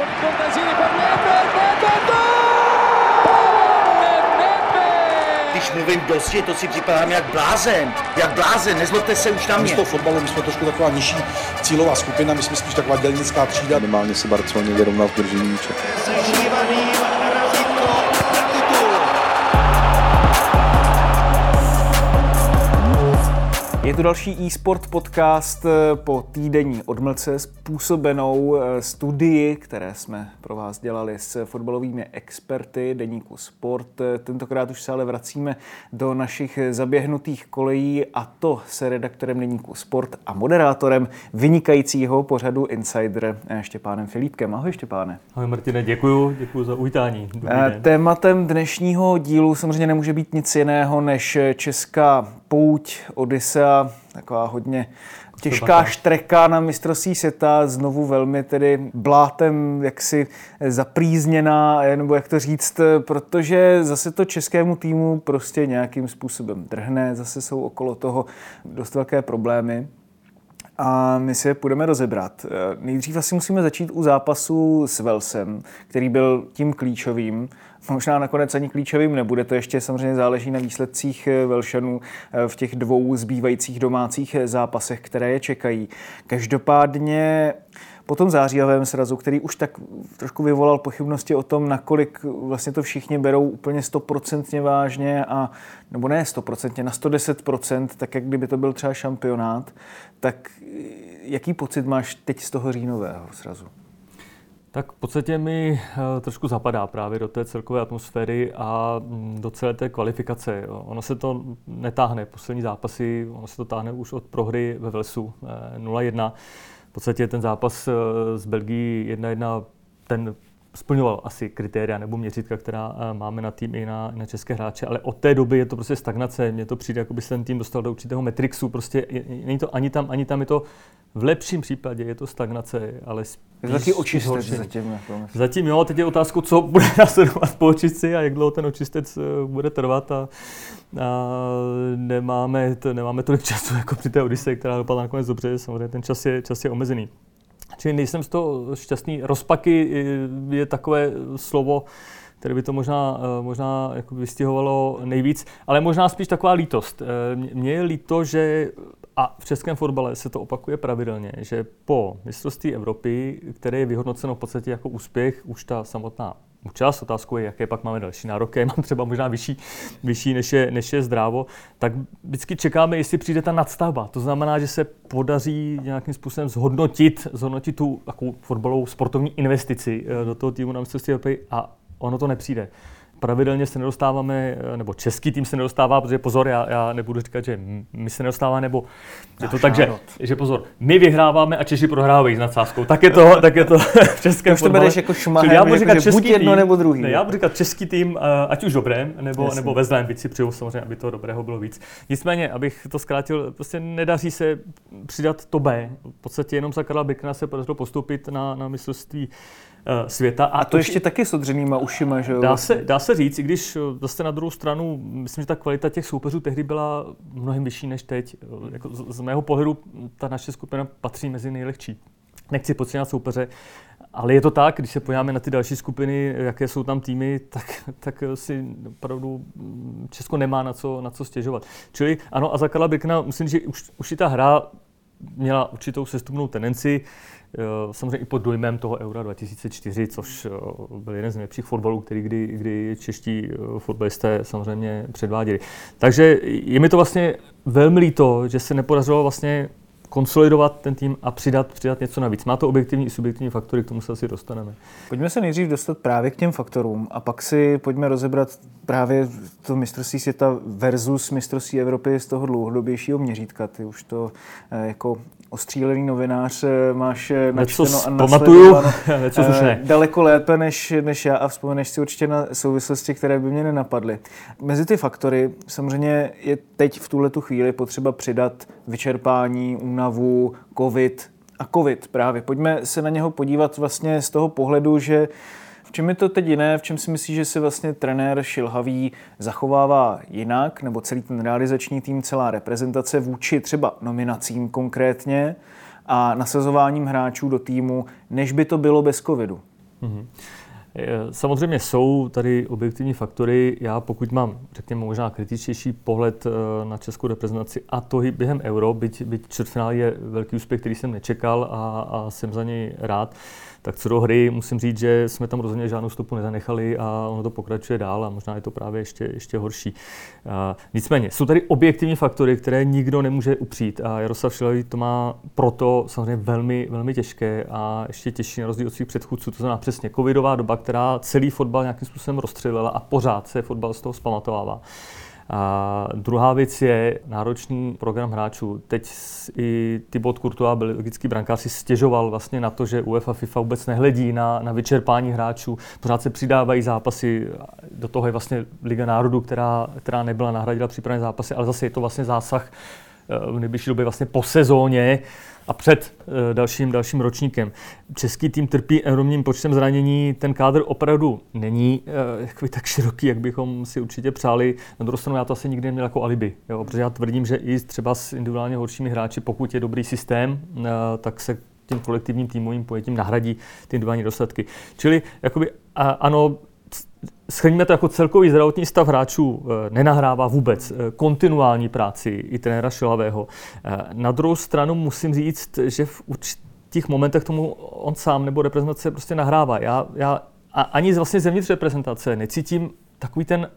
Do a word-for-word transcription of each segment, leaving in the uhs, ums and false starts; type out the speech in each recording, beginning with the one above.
Contesini per Nedved, Nedved, Pavel Nedved! Když mluvím dosti, to si připadám jak blázen, jak blázen, nezlobte se už na mě. Z toho fotbalu my jsme trošku taková nižší cílová skupina, my jsme spíš taková dělnická třída. Minimálně se Barceloně vyrovnal v držení míče. Je tu další e-sport podcast po týdenní odmlce způsobenou studii, které jsme pro vás dělali s fotbalovými experty deníku Sport. Tentokrát už se ale vracíme do našich zaběhnutých kolejí, a to se redaktorem deníku Sport a moderátorem vynikajícího pořadu Insider Štěpánem Filipkem. Ahoj Štěpáne. Ahoj Martine, děkuju, děkuju za uvítání. Tématem dnešního dílu samozřejmě nemůže být nic jiného než česká pouť, Odyssea, taková hodně těžká štreka na mistrovství světa, znovu velmi tedy blátem jaksi zaprízněná, nebo jak to říct, protože zase to českému týmu prostě nějakým způsobem drhne, zase jsou okolo toho dost velké problémy. A my si je půjdeme rozebrat. Nejdřív asi musíme začít u zápasu s Walesem, který byl tím klíčovým. Možná nakonec ani klíčovým nebude, to ještě samozřejmě záleží na výsledcích Velšanů v těch dvou zbývajících domácích zápasech, které je čekají. Každopádně po tom zářijovém srazu, který už tak trošku vyvolal pochybnosti o tom, nakolik vlastně to všichni berou úplně stoprocentně vážně, a, nebo ne stoprocentně, na sto deset procent, tak jak kdyby to byl třeba šampionát, tak jaký pocit máš teď z toho říjnového srazu? Tak v podstatě mi trošku zapadá právě do té celkové atmosféry a do celé té kvalifikace. Ono se to netáhne, poslední zápasy, ono se to táhne už od prohry ve Walesu nula jedna. V podstatě ten zápas s Belgií jedna jedna, ten splňoval asi kritéria nebo měřítka, která máme na tým i na, na české hráče, ale od té doby je to prostě stagnace. Mně to přijde, jako by se ten tým dostal do určitého metrixu. Prostě není to ani tam, ani tam, je to v lepším případě je to stagnace, ale spíš... Je to taky očistec zatím. Jako zatím jo, teď je otázku, co bude následovat po očistci a jak dlouho ten očistec bude trvat, a, a nemáme, to, nemáme tolik času jako při té Odyssey, která dopadla nakonec dobře, samozřejmě ten čas je, čas je omezený. Čili nejsem z toho šťastný. Rozpaky je takové slovo, které by to možná, možná jako vystihovalo nejvíc, ale možná spíš taková lítost. Mně je líto, že a v českém fotbale se to opakuje pravidelně, že po mistrovství Evropy, které je vyhodnoceno v podstatě jako úspěch, už ta samotná účast, otázkou je, jaké pak máme další nároky, mám třeba možná vyšší, vyšší než, je, než je zdrávo, tak vždycky čekáme, jestli přijde ta nadstavba. To znamená, že se podaří nějakým způsobem zhodnotit, zhodnotit tu takovou fotbalovou sportovní investici do toho týmu na mistrovství Evropy, a ono to nepřijde. Pravidelně se nedostáváme, nebo český tým se nedostává, protože pozor, já, já nebudu říkat, že my se nedostáváme, nebo je to tak, že, že pozor, my vyhráváme a Češi prohrávají s nadsázkou. Tak je to, tak je to v českém fotbale. To bereš jako šmahem, já budu říkat jako, buď jedno tým, nebo druhý. Ne, já budu říkat český tým, ať už dobrém, nebo, nebo ve zlém, byť si přeju samozřejmě, aby toho dobrého bylo víc. Nicméně, abych to zkrátil, prostě nedaří se přidat to B. V podstatě jenom za Karla Bikna se podařilo postoupit na, na mistrovství světa. A, a to ještě taky s odřenýma ušima, že jo? Dá se, dá se říct, i když zase na druhou stranu, myslím, že ta kvalita těch soupeřů tehdy byla mnohem vyšší než teď. Jako z, z mého pohledu ta naše skupina patří mezi nejlehčí. Nechci podceňovat soupeře, ale je to tak, když se podíváme na ty další skupiny, jaké jsou tam týmy, tak, tak si opravdu Česko nemá na co, na co stěžovat. Čili ano, a za Karla Bikna musím říct, že už, už i ta hra měla určitou sestupnou tendenci, samozřejmě i pod dojmem toho Eura dva tisíce čtyři, což byl jeden z nejlepších fotbalů, který kdy, kdy čeští fotbalisté samozřejmě předváděli. Takže je mi to vlastně velmi líto, že se nepodařilo vlastně konsolidovat ten tým a přidat, přidat něco navíc. Má to objektivní i subjektivní faktory, k tomu se asi dostaneme. Pojďme se nejdřív dostat právě k těm faktorům a pak si pojďme rozebrat právě to mistrovství světa versus mistrovství Evropy z toho dlouhodobějšího měřítka. Ty už to jako ostřílený novinář máš načteno a nasledováno daleko lépe než, než já, a vzpomeneš si určitě na souvislosti, které by mě nenapadly. Mezi ty faktory samozřejmě je teď v tuhletu chvíli potřeba přidat vyčerpání, únavu, covid a covid právě. Pojďme se na něho podívat vlastně z toho pohledu, že v čem je to teď jiné, v čem si myslíš, že se vlastně trenér Šilhavý zachovává jinak, nebo celý ten realizační tým, celá reprezentace vůči třeba nominacím konkrétně a nasazováním hráčů do týmu, než by to bylo bez covidu? Mm-hmm. Samozřejmě jsou tady objektivní faktory. Já pokud mám, řekněme, možná kritičtější pohled na českou reprezentaci a to i během Euro, byť, byť čtvrtfinále je velký úspěch, který jsem nečekal a, a jsem za něj rád, tak co do hry musím říct, že jsme tam rozhodně žádnou stopu nezanechali a ono to pokračuje dál a možná je to právě ještě, ještě horší. A nicméně, jsou tady objektivní faktory, které nikdo nemůže upřít a Jaroslav Šilerový to má proto samozřejmě velmi, velmi těžké a ještě těžší na rozdíl od svých předchůdců. To znamená přesně covidová doba, která celý fotbal nějakým způsobem rozstřelila a pořád se fotbal z toho zpamatovává. A druhá věc je náročný program hráčů. Teď i Thibaut Courtois, belgický brankář, si stěžoval vlastně na to, že UEFA FIFA vůbec nehledí na, na vyčerpání hráčů. Pořád se přidávají zápasy, do toho je vlastně Liga národů, která, která nebyla nahradila přípravné zápasy, ale zase je to vlastně zásah v nejbližší době vlastně po sezóně a před uh, dalším, dalším ročníkem. Český tým trpí enormním počtem zranění, ten kádr opravdu není uh, tak široký, jak bychom si určitě přáli. Na druhou stranu já to asi nikdy neměl jako alibi, jo? Protože já tvrdím, že i třeba s individuálně horšími hráči, pokud je dobrý systém, uh, tak se tím kolektivním týmovým pojetím nahradí ty individuální nedostatky. Čili jakoby, uh, ano, shrníme to jako celkový zdravotní stav hráčů nenahrává vůbec kontinuální práci i trenéra Šilavého. Na druhou stranu musím říct, že v určitých momentech tomu on sám nebo reprezentace prostě nahrává. Já, já a ani vlastně zevnitř reprezentace necítím takový ten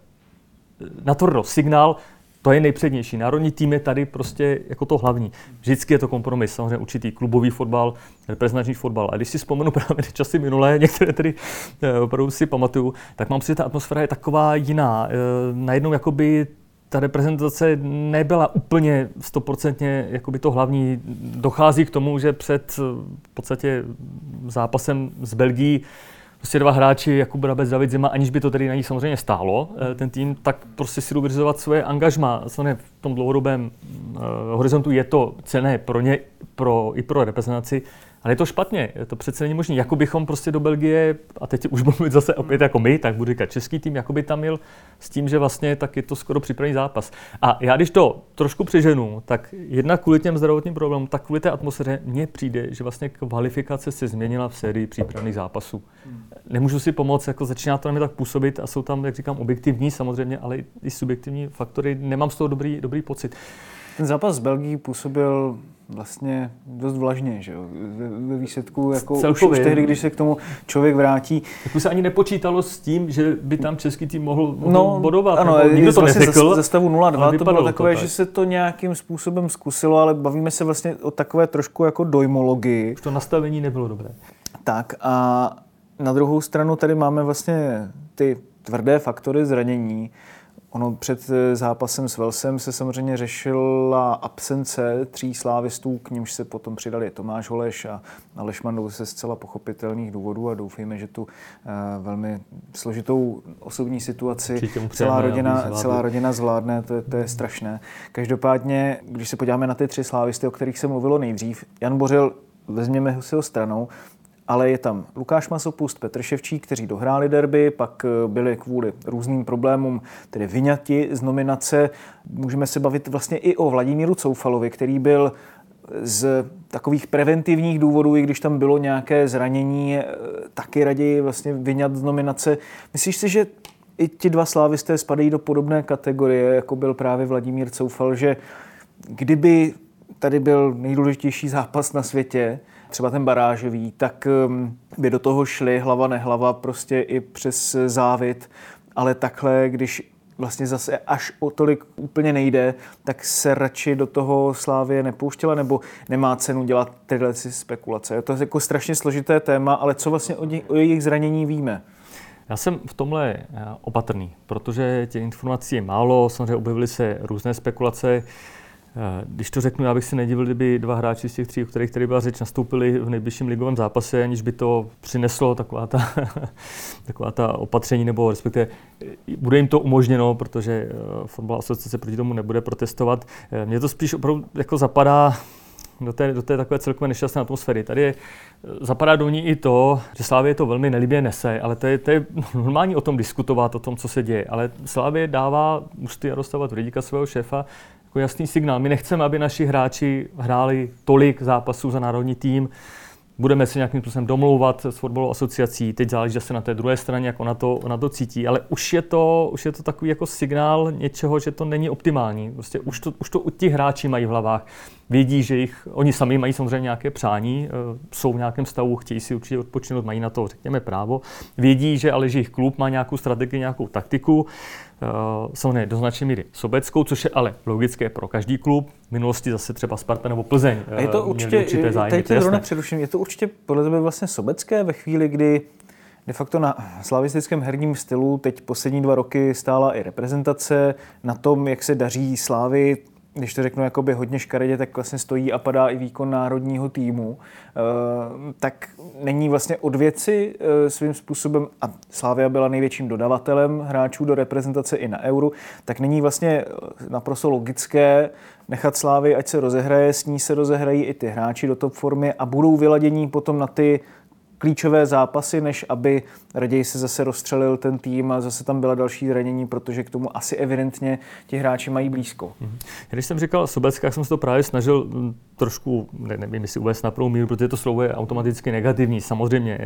natvrdo signál, to je nejpřednější. Národní tým je tady prostě jako to hlavní. Vždycky je to kompromis, samozřejmě určitý klubový fotbal, reprezentační fotbal. A když si vzpomenu právě časy minulé, některé tedy opravdu si pamatuju, tak mám si, že ta atmosféra je taková jiná. Najednou jakoby ta reprezentace nebyla úplně stoprocentně jakoby to hlavní. Dochází k tomu, že před v podstatě zápasem s Belgií prostě dva hráči, Jakub Brabec, David Zima, aniž by to tedy na nich samozřejmě stálo, ten tým, tak prostě si jdou vyřizovat svoje angažma. Samozřejmě v tom dlouhodobém uh, horizontu je to cenné pro ně, pro, i pro reprezentaci, ale je to špatně, to přece není možné. Jako bychom prostě do Belgie, a teď už budu mluvit zase opět jako my, tak budu říkat český tým, jako by tam jel s tím, že vlastně tak je to skoro připravený zápas. A já když to trošku přeženu, tak jednak kvůli těm zdravotním problémům, tak kvůli té atmosféře mně přijde, že vlastně kvalifikace se změnila v sérii přípravných zápasů. Nemůžu si pomoct, jako začíná to na mě tak působit a jsou tam, jak říkám, objektivní samozřejmě, ale i subjektivní faktory. Nemám z toho dobrý, dobrý pocit. Ten zápas z Belgii působil vlastně dost vlažně, že jo? Ve výsledku, jako už, už tehdy, když se k tomu člověk vrátí. Tak už se ani nepočítalo s tím, že by tam český tým mohl, mohl no, bodovat. Ano, nikdo to vlastně neřekl. Ze stavu nula dva to bylo takové, to že se to nějakým způsobem zkusilo, ale bavíme se vlastně o takové trošku jako dojmologii. Už to nastavení nebylo dobré. Tak a na druhou stranu tady máme vlastně ty tvrdé faktory zranění. Ono před zápasem s Walesem se samozřejmě řešila absence tří slávistů, k nímž se potom přidali Tomáš Holeš a Aleš Mandl ze zcela pochopitelných důvodů a doufejme, že tu uh, velmi složitou osobní situaci celá rodina, celá rodina zvládne, to je, to je strašné. Každopádně, když se podíváme na ty tři slávisty, o kterých se mluvilo nejdřív, Jan Bořil, vezměme si ho stranou, ale je tam Lukáš Masopust, Petr Ševčík, kteří dohráli derby, pak byli kvůli různým problémům tedy vyňati z nominace. Můžeme se bavit vlastně i o Vladimíru Coufalovi, který byl z takových preventivních důvodů, i když tam bylo nějaké zranění, taky raději vlastně vyňat z nominace. Myslíš si, že i ti dva slávisté spadají do podobné kategorie, jako byl právě Vladimír Coufal, že kdyby tady byl nejdůležitější zápas na světě, třeba ten barážový, tak by do toho šli hlava nehlava prostě i přes závit, ale takhle, když vlastně zase až o tolik úplně nejde, tak se radši do toho Slávie nepouštěla, nebo nemá cenu dělat tyhle spekulace. Je to jako strašně složité téma, ale co vlastně o, ně, o jejich zranění víme? Já jsem v tomhle opatrný, protože těch informací je málo, samozřejmě objevily se různé spekulace. Když to řeknu, já bych si nedivil, kdyby dva hráči z těch tří, o kterých tady byla řeč, nastoupili v nejbližším ligovém zápase, aniž by to přineslo taková ta, taková ta opatření, nebo respektive bude jim to umožněno, protože fotbalová asociace proti tomu nebude protestovat. Mně to spíš opravdu jako zapadá do té, do té takové celkové nešťastné atmosféry. Tady je, zapadá do ní i to, že Slavie to velmi nelibě nese, ale to je, to je normální o tom diskutovat, o tom, co se děje. Ale Slavie dává ústy Jaroslava Tvrdíka, svého šéfa, jako jasný signál. My nechceme, aby naši hráči hráli tolik zápasů za národní tým. budeme se nějakým způsobem domlouvat s fotbalovou asociací, teď záleží zase na té druhé straně, jak ona to, ona to cítí, ale už je to, už je to takový jako signál něčeho, že to není optimální. Prostě už to, už to ti hráči mají v hlavách. Vědí, že jich, oni sami mají samozřejmě nějaké přání, jsou v nějakém stavu, chtějí si určitě odpočinout, mají na to, řekněme, právo. Vědí, že ale že jejich klub má nějakou strategii, nějakou taktiku, samozřejmě do značné míry sobeckou, což je ale logické pro každý klub. V minulosti zase třeba Sparta nebo Plzeň. A je to určitě, určité zájmy, teď je zrovna předuším, je to určitě podle tebe vlastně sobecké ve chvíli, kdy de facto na slavistickém herním stylu teď poslední dva roky stála i reprezentace, na tom, jak se daří Slávy, když to řeknu jakoby hodně škaredě, tak vlastně stojí a padá i výkon národního týmu, e, tak není vlastně od věci e, svým způsobem, a Slavia byla největším dodavatelem hráčů do reprezentace i na Euro, tak není vlastně naprosto logické nechat Slávy, ať se rozehraje, s ní se rozehrají i ty hráči do top formy a budou vyladění potom na ty klíčové zápasy, než aby raději se zase rozstřelil ten tým a zase tam byla další zranění, protože k tomu asi evidentně ti hráči mají blízko. Když jsem říkal sobecká, jak jsem se to právě snažil trošku, ne, nevím, jestli uvést na prvou míru, protože to slovo je automaticky negativní, samozřejmě.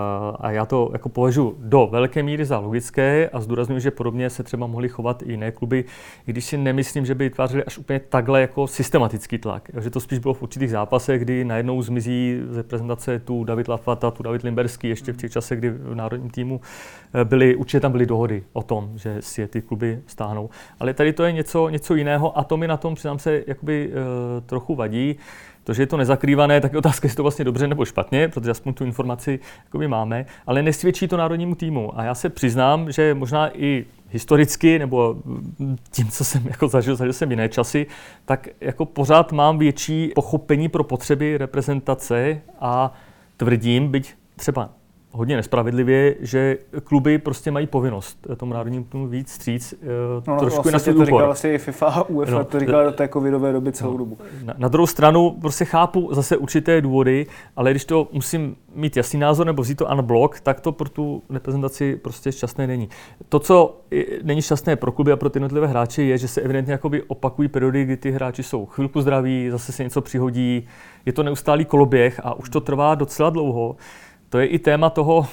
A já to jako považuji do velké míry za logické a zdůrazňuji, že podobně se třeba mohly chovat i jiné kluby, i když si nemyslím, že by vytvářeli až úplně takhle jako systematický tlak. Že to spíš bylo v určitých zápasech, kdy najednou zmizí z reprezentace tu David Lafata, tu David Limberský, ještě v těch časech, kdy v národním týmu byly, určitě tam byly dohody o tom, že si je ty kluby stáhnou. Ale tady to je něco, něco jiného a to mi na tom, přiznám se, jakoby e, trochu vadí. To, že je to nezakrývané, tak je otázka, jestli to vlastně dobře nebo špatně, protože aspoň tu informaci jakoby máme, ale nesvědčí to národnímu týmu. A já se přiznám, že možná i historicky, nebo tím, co jsem jako zažil, zažil jsem jiné časy, tak jako pořád mám větší pochopení pro potřeby reprezentace a tvrdím, byť třeba hodně nespravedlivě, že kluby prostě mají povinnost tomu národnímu týmu víc stříc no, trošku vlastně na svůj to úkor. říkal asi i FIFA a UEFA, no, to říkala do té covidové doby celou no, dobu. Na, na druhou stranu prostě chápu zase určité důvody, ale když to musím mít jasný názor nebo vzít to unblock, tak to pro tu reprezentaci prostě šťastné není. To, co není šťastné pro kluby a pro ty jednotlivé hráče, je, že se evidentně jakoby opakují periody, kdy ty hráči jsou chvilku zdraví, zase se něco přihodí, je to neustálý koloběh a už to trvá docela dlouho. To je i téma toho,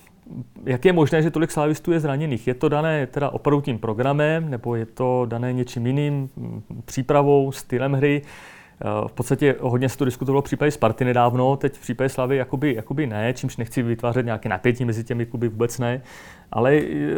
jak je možné, že tolik slávistů je zraněných. Je to dané teda opravdu tím programem, nebo je to dané něčím jiným, přípravou, stylem hry. V podstatě hodně se to diskutovalo v případě Sparty nedávno, teď v případě Slavy jakoby, jakoby ne, čímž nechci vytvářet nějaké napětí mezi těmi kluby, vůbec ne. Ale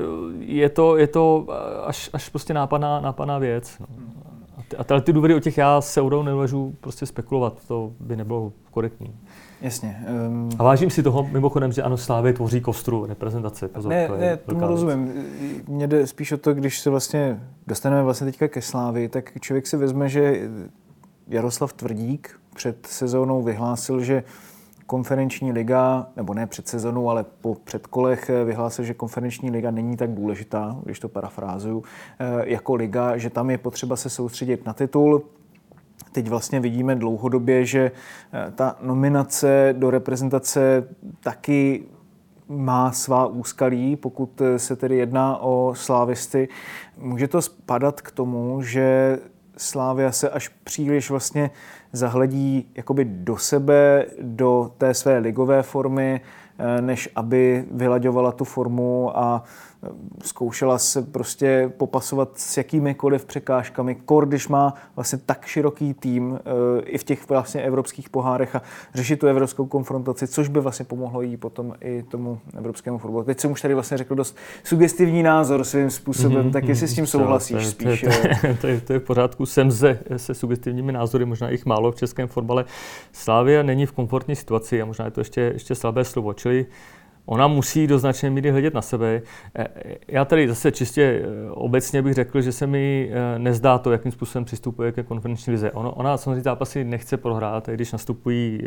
je to, je to až, až prostě nápadná, nápadná věc. A ty, ty důvody o těch já se opravdu neuvažuji prostě spekulovat, to by nebylo korektní. Jasně. Um... A vážím si toho mimochodem, že ano, Slávy tvoří kostru reprezentace. Pozor, ne, to je ne, tomu rozumím. Mně jde spíš o to, když se vlastně dostaneme vlastně teďka ke Slávy, tak člověk si vezme, že Jaroslav Tvrdík před sezónou vyhlásil, že konferenční liga, nebo ne před sezónou, ale po předkolech vyhlásil, že konferenční liga není tak důležitá, když to parafrázuju, jako liga, že tam je potřeba se soustředit na titul. Teď vlastně vidíme dlouhodobě, že ta nominace do reprezentace taky má svá úskalí, pokud se tedy jedná o slávisty. Může to spadat k tomu, že Slavia se až příliš vlastně zahledí jakoby do sebe, do té své ligové formy, než aby vylaďovala tu formu a zkoušela se prostě popasovat s jakýmikoliv překážkami. Kor, když má vlastně tak široký tým i v těch vlastně evropských pohárech a řešit tu evropskou konfrontaci, což by vlastně pomohlo jí potom i tomu evropskému fotbalu. Teď jsem už tady vlastně řekl dost sugestivní názor svým způsobem, mm-hmm. tak jestli s tím souhlasíš to, to, spíš. To, to, to, je, to je v pořádku. Jsem se, se sugestivními názory, možná jich málo v českém fotbale. Slavia není v komfortní situaci a možná je to ještě, ještě slabé slovo, čili ona musí do značné míry hledět na sebe. Já tady zase čistě obecně bych řekl, že se mi nezdá to, jakým způsobem přistupuje ke konferenční lize. Ona, ona samozřejmě zápasy nechce prohrát, když nastupují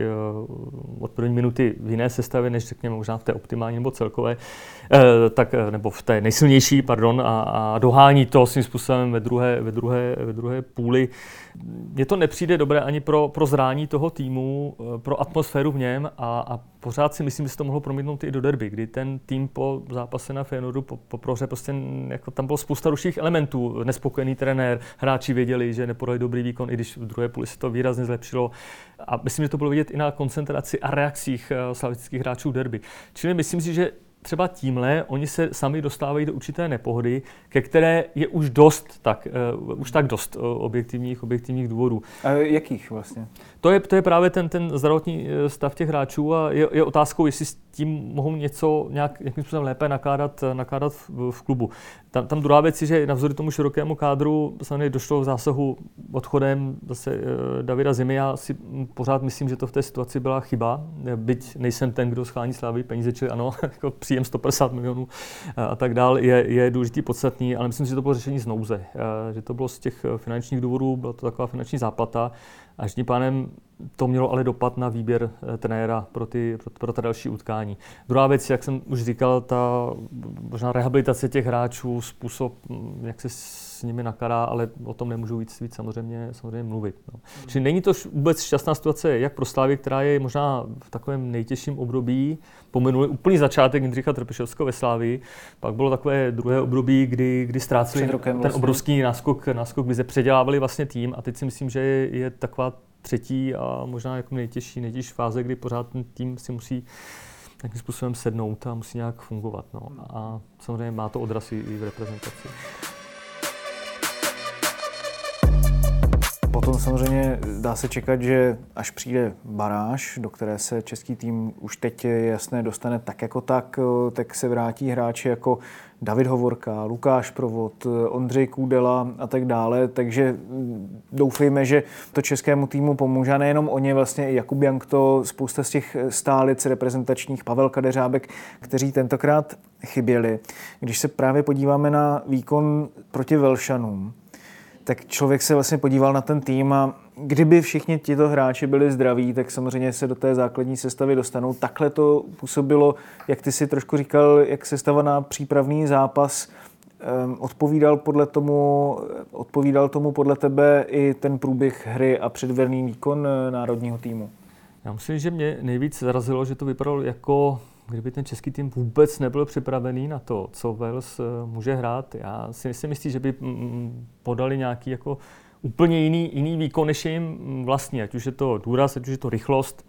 od první minuty v jiné sestavě, než řekněme možná v té optimální nebo celkové, tak, nebo v té nejsilnější, pardon, a, a dohání to svým způsobem ve druhé, ve druhé, ve druhé půli. Mně to nepřijde dobré ani pro, pro zrání toho týmu, pro atmosféru v něm a, a pořád si myslím, že se to mohlo promítnout i do derby, kdy ten tým po zápase na Feyenoordu, po, po prohře, prostě jako tam bylo spousta ruších elementů. Nespokojený trenér, hráči věděli, že nepodali dobrý výkon, i když v druhé půli se to výrazně zlepšilo. A myslím, že to bylo vidět i na koncentraci a reakcích slavistických hráčů derby. Čili myslím si, že třeba tímhle oni se sami dostávají do určité nepohody, ke které je už dost, tak, uh, už tak dost uh, objektivních, objektivních důvodů. A jakých vlastně? To je, to je právě ten, ten zdravotní stav těch hráčů a je, je otázkou, jestli s tím mohou něco nějak, nějakým způsobem lépe nakládat, nakládat v, v klubu. Tam, tam druhá věc je, že navzdory tomu širokému kádru samozřejmě došlo k zásahu odchodem zase uh, Davida Zimy. Já si pořád myslím, že to v té situaci byla chyba, byť nejsem ten, kdo schání Slávy peníze, čili ano, jako příjem sto padesát milionů a tak dál je, je důležitý, podstatný, ale myslím si, že to bylo řešení z nouze, že to bylo z těch finančních důvodů, byla to taková finanční záplata a tím pádem to mělo ale dopad na výběr trenéra pro, ty, pro, pro ta další utkání. Druhá věc, jak jsem už říkal, ta možná rehabilitace těch hráčů, způsob, jak se s nimi nakará, ale o tom nemůžu víc, víc samozřejmě, samozřejmě mluvit. No. Hmm. Čili není to vůbec šťastná situace jak pro Slávy, která je možná v takovém nejtěžším období, pominuli úplný začátek Jindřicha Trpišovského ve Slávii, pak bylo takové druhé období, kdy, kdy ztráceli ten vlastně obrovský náskok, náskok, kdy se předělávali vlastně tým a teď si myslím, že je, je taková třetí a možná jako nejtěžší, nejtěžší fáze, kdy pořád ten tým si musí nějakým způsobem sednout a musí nějak fungovat. No. A samozřejmě má to odraz i v reprezentaci. Potom samozřejmě dá se čekat, že až přijde baráž, do které se český tým už teď jasné dostane tak jako tak, tak se vrátí hráči jako David Hovorka, Lukáš Provod, Ondřej Kůdela a tak dále, takže doufejme, že to českému týmu pomůže. Nejenom oni, vlastně i Jakub Jankto, spousta z těch stálic reprezentačních, Pavel Kadeřábek, kteří tentokrát chyběli. Když se právě podíváme na výkon proti Velšanům, tak člověk se vlastně podíval na ten tým a kdyby všichni tito hráči byli zdraví, tak samozřejmě se do té základní sestavy dostanou. Takhle to působilo, jak ty si trošku říkal, jak sestava na přípravný zápas. Odpovídal podle tomu, odpovídal tomu podle tebe i ten průběh hry a předvěrný výkon národního týmu? Já myslím, že mě nejvíc zarazilo, že to vypadalo jako kdyby ten český tým vůbec nebyl připravený na to, co Wales může hrát. Já si myslím, že by podali nějaký jako úplně jiný, jiný výkon, než je jim vlastní. Ať už je to důraz, ať už je to rychlost,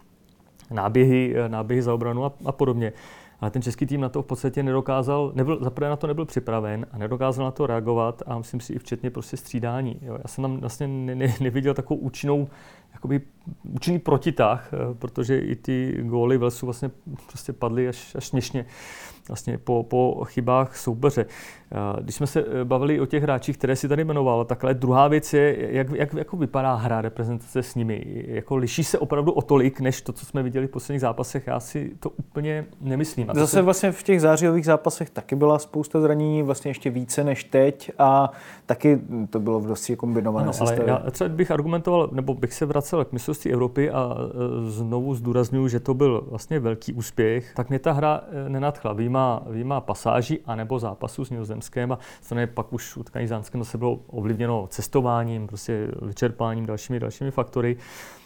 náběhy, náběhy za obranu a, a podobně. Ale ten český tým na to v podstatě nedokázal, nebyl, zaprvé na to nebyl připraven a nedokázal na to reagovat a myslím si i včetně prostě střídání. Jo. Já jsem tam vlastně ne, ne, neviděl takovou účinnou, jakoby účinný protitah, protože i ty góly Walesu vlastně prostě padly až, až směšně vlastně po, po chybách soupeře. Když jsme se bavili o těch hráčích, které si tady jmenoval, tak ale druhá věc je, jak, jak jako vypadá hra reprezentace s nimi. Jako liší se opravdu o tolik, než to, co jsme viděli v posledních zápasech. Já si to úplně nemyslím. A Zase se... vlastně v těch zářijových zápasech taky byla spousta zranění, vlastně ještě více než teď a taky to bylo v dosti kombinované ano, sestavě. Ale já třeba bych argumentoval, nebo bych se vracel k mistrovství Evropy a znovu zdůrazňuji, že to byl vlastně velký úspěch, tak mě ta hra nenadchla. Výjima, výjima pasáží anebo zápasu s Nizozemském a straně pak už utkání s Dánskem zase bylo ovlivněno cestováním, prostě vyčerpáním, dalšími, dalšími faktory.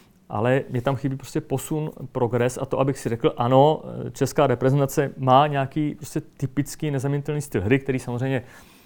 Ale mě tam chybí prostě posun, progres a to, abych si řekl, ano, česká reprezentace má nějaký prostě typický nezaměnitelný styl hry, který samozřejmě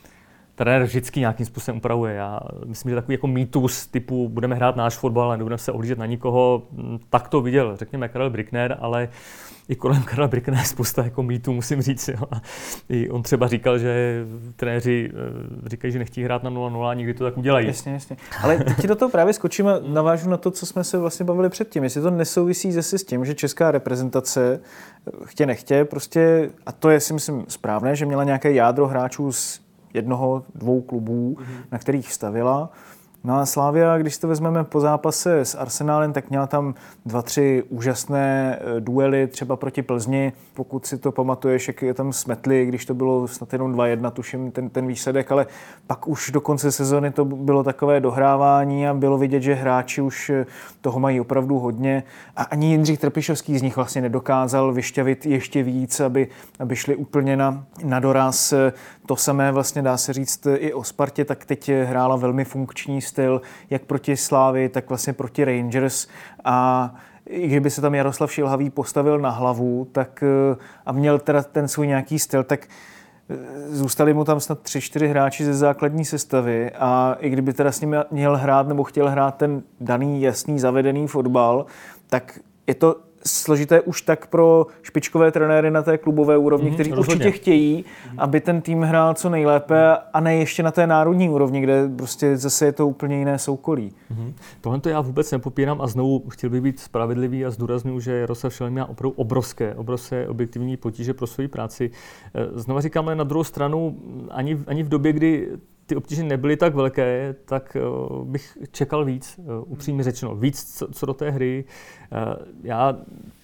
trenér vždycky nějakým způsobem upravuje. Já myslím, že takový jako mýtus typu budeme hrát náš fotbal, ale nebudeme se ohlížet na nikoho, tak to viděl, řekněme, Karel Brickner, ale i kolem Karla Bricknera je spousta jako mýtů, musím říct. Jo. A i on třeba říkal, že trenéři říkají, že nechtějí hrát na nula nula a nikdy to tak udělají. Jasně, jasně. Ale teď ti do toho právě skočím a navážu na to, co jsme se vlastně bavili předtím. Jestli to nesouvisí zase s tím, že česká reprezentace chtě nechtě, prostě, a to je si myslím správné, že měla nějaké jádro hráčů z jednoho, dvou klubů, mm-hmm. na kterých stavila. No a Slavia, když to vezmeme po zápase s Arsenálem, tak měla tam dva, tři úžasné duely, třeba proti Plzni, pokud si to pamatuješ, jak je tam smetli, když to bylo snad jenom dva jedna, tuším ten, ten výsledek, ale pak už do konce sezony to bylo takové dohrávání a bylo vidět, že hráči už toho mají opravdu hodně a ani Jindřich Trpišovský z nich vlastně nedokázal vyšťavit ještě víc, aby, aby šli úplně na, na doraz. To samé vlastně dá se říct i o Spartě, tak teď hrála velmi funkční styl, jak proti Slávii, tak vlastně proti Rangers a i kdyby se tam Jaroslav Šilhavý postavil na hlavu tak, a měl teda ten svůj nějaký styl, tak zůstali mu tam snad tři, čtyři hráči ze základní sestavy a i kdyby teda s ním měl hrát nebo chtěl hrát ten daný, jasný, zavedený fotbal, tak je to složité už tak pro špičkové trenéry na té klubové úrovni, mm, kteří rozhodně určitě chtějí, mm. aby ten tým hrál co nejlépe a ne ještě na té národní úrovni, kde prostě zase je to úplně jiné soukolí. Mm. Tohle to já vůbec nepopírám a znovu chtěl bych být spravedlivý a zdůraznuju, že Jaroslav Šilhavý má opravdu obrovské, obrovské objektivní potíže pro svoji práci. Znova říkám, ale na druhou stranu ani, ani v době, kdy ty obtíže nebyly tak velké, tak uh, bych čekal víc, uh, upřímně řečeno, víc co, co do té hry. Uh, já,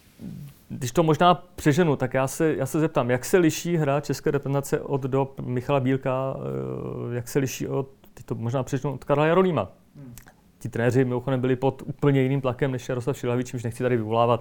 když to možná přeženu, tak já se, já se zeptám, jak se liší hra české reprezentace od dob Michala Bílka, uh, jak se liší od, teď to možná přeženu, od Karla Jarolíma. Hmm. Ti trenéři mimochodem byli pod úplně jiným tlakem než Jaroslav Šilhavý, čímž nechci tady vyvolávat,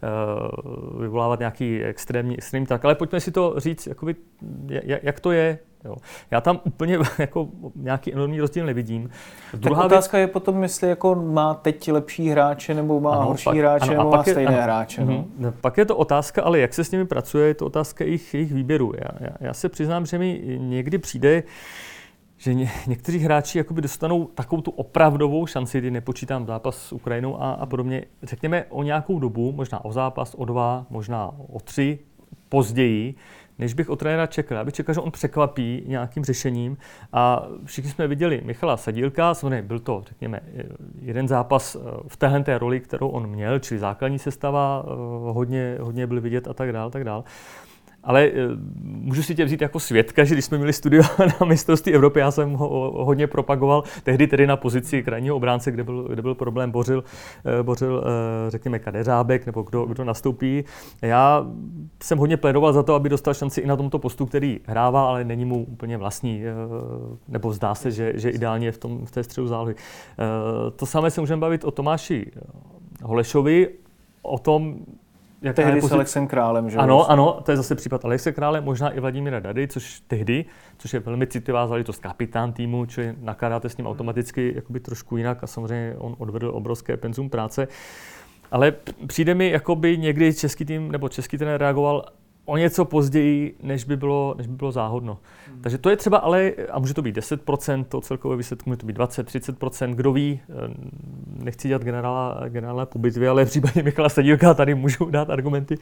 uh, vyvolávat nějaký extrémní, extrémní tlak, ale pojďme si to říct, jakoby, jak, jak to je. Jo. Já tam úplně jako nějaký enormní rozdíl nevidím. Druhá tak otázka věc... je potom, jestli jako má teď lepší hráče, nebo má ano, horší pak, hráče, ano, nebo má je, stejné ano, hráče. No? Mm, pak je to otázka, ale jak se s nimi pracuje, je to otázka jejich, jejich výběru. Já, já, já se přiznám, že mi někdy přijde, že ně, někteří hráči jakoby dostanou takovou tu opravdovou šanci, kdy nepočítám zápas s Ukrajinou a, a podobně, řekněme o nějakou dobu, možná o zápas, o dva, možná o tři, později, než bych od trenéra čekal. Já bych čekal, že on překvapí nějakým řešením a všichni jsme viděli Michala Sadílka, samozřejmě byl to, řekněme, jeden zápas v téhle té roli, kterou on měl, čili základní sestava, hodně, hodně byl vidět a tak dál, tak dál. Ale můžu si tě vzít jako svědka, že když jsme měli studio na mistrovství Evropy, já jsem ho hodně propagoval, tehdy tedy na pozici krajního obránce, kde byl, kde byl problém, bořil, bořil řekněme, Kadeřábek, nebo kdo, kdo nastoupí. Já jsem hodně plédoval za to, aby dostal šanci i na tomto postu, který hrává, ale není mu úplně vlastní, nebo zdá se, že, že ideálně v, tom, v té středu zálohy. To samé se můžeme bavit o Tomáši Holešovi, o tom, jak tehdy s Alexem Králem, že? Ano, ano, to je zase případ Alexe Krále, možná i Vladimíra Dady, což tehdy, což je velmi citlivá záležitost, kapitán týmu, čili nakládáte s ním automaticky jakoby trošku jinak a samozřejmě on odvedl obrovské penzum práce. Ale přijde mi, jakoby někdy český tým nebo český trenér reagoval o něco později, než by bylo, než by bylo záhodno. Hmm. Takže to je třeba ale, a může to být deset procent, to celkové výsledku může to být dvacet třicet procent, kdo ví, nechci dělat generála, generála po bitvě, ale v případě Michala Sadílka tady můžu dát argumenty,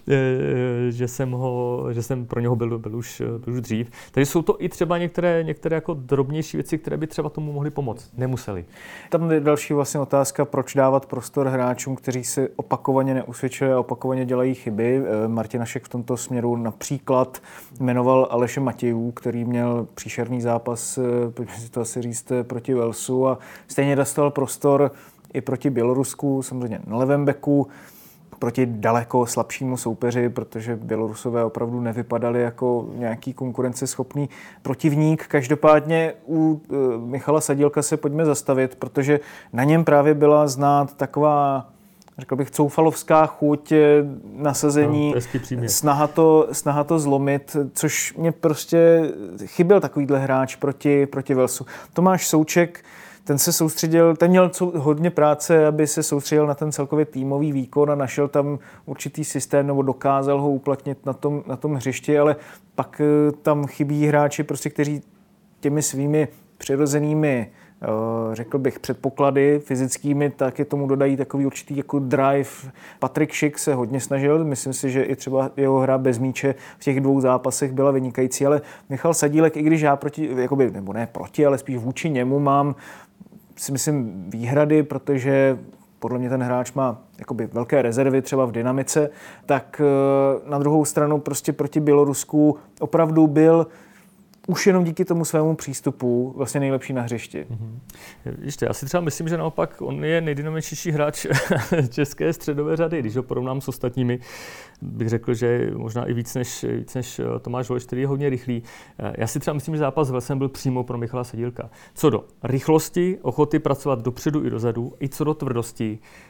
že jsem, ho, že jsem pro něho byl, byl, už, byl už dřív. Takže jsou to i třeba některé, některé jako drobnější věci, které by třeba tomu mohly pomoct. Nemuseli. Tam je další vlastně otázka, proč dávat prostor hráčům, kteří se opakovaně neusvědčují a opakovaně dělají chyby. Martin Hašek v tomto směru například jmenoval Aleše Matějů, který měl příšerný zápas, pojďme si to asi říct, proti Walesu a stejně dostal prostor i proti Bělorusku, samozřejmě na levém beku, proti daleko slabšímu soupeři, protože Bělorusové opravdu nevypadali jako nějaký konkurenceschopný protivník. Každopádně u Michala Sadílka se pojďme zastavit, protože na něm právě byla znát taková, řekl bych, coufalovská chuť, nasazení, no, snaha, to, snaha to zlomit, což mě prostě chyběl takovýhle hráč proti, proti Walesu. Tomáš Souček, ten se soustředil, ten měl hodně práce, aby se soustředil na ten celkově týmový výkon a našel tam určitý systém, nebo dokázal ho uplatnit na tom, na tom hřišti, ale pak tam chybí hráči, prostě, kteří těmi svými přirozenými, řekl bych, předpoklady fyzickými, tak je tomu dodají takový určitý jako drive. Patrik Šik se hodně snažil, myslím si, že i třeba jeho hra bez míče v těch dvou zápasech byla vynikající, ale Michal Sadílek, i když já proti, jakoby, nebo ne proti, ale spíš vůči němu mám, si myslím, výhrady, protože podle mě ten hráč má jakoby velké rezervy třeba v dynamice, tak na druhou stranu prostě proti Bělorusku opravdu byl už jenom díky tomu svému přístupu vlastně nejlepší na hřišti. Mm-hmm. Ještě, já si třeba myslím, že naopak on je nejdynamičtější hráč české středové řady. Když ho porovnám s ostatními, bych řekl, že možná i víc než, víc než Tomáš Holeš, který je hodně rychlý. Já si třeba myslím, že zápas s Walesem byl přímo pro Michala Sadílka. Co do rychlosti, ochoty pracovat dopředu i dozadu, i co do tvrdosti,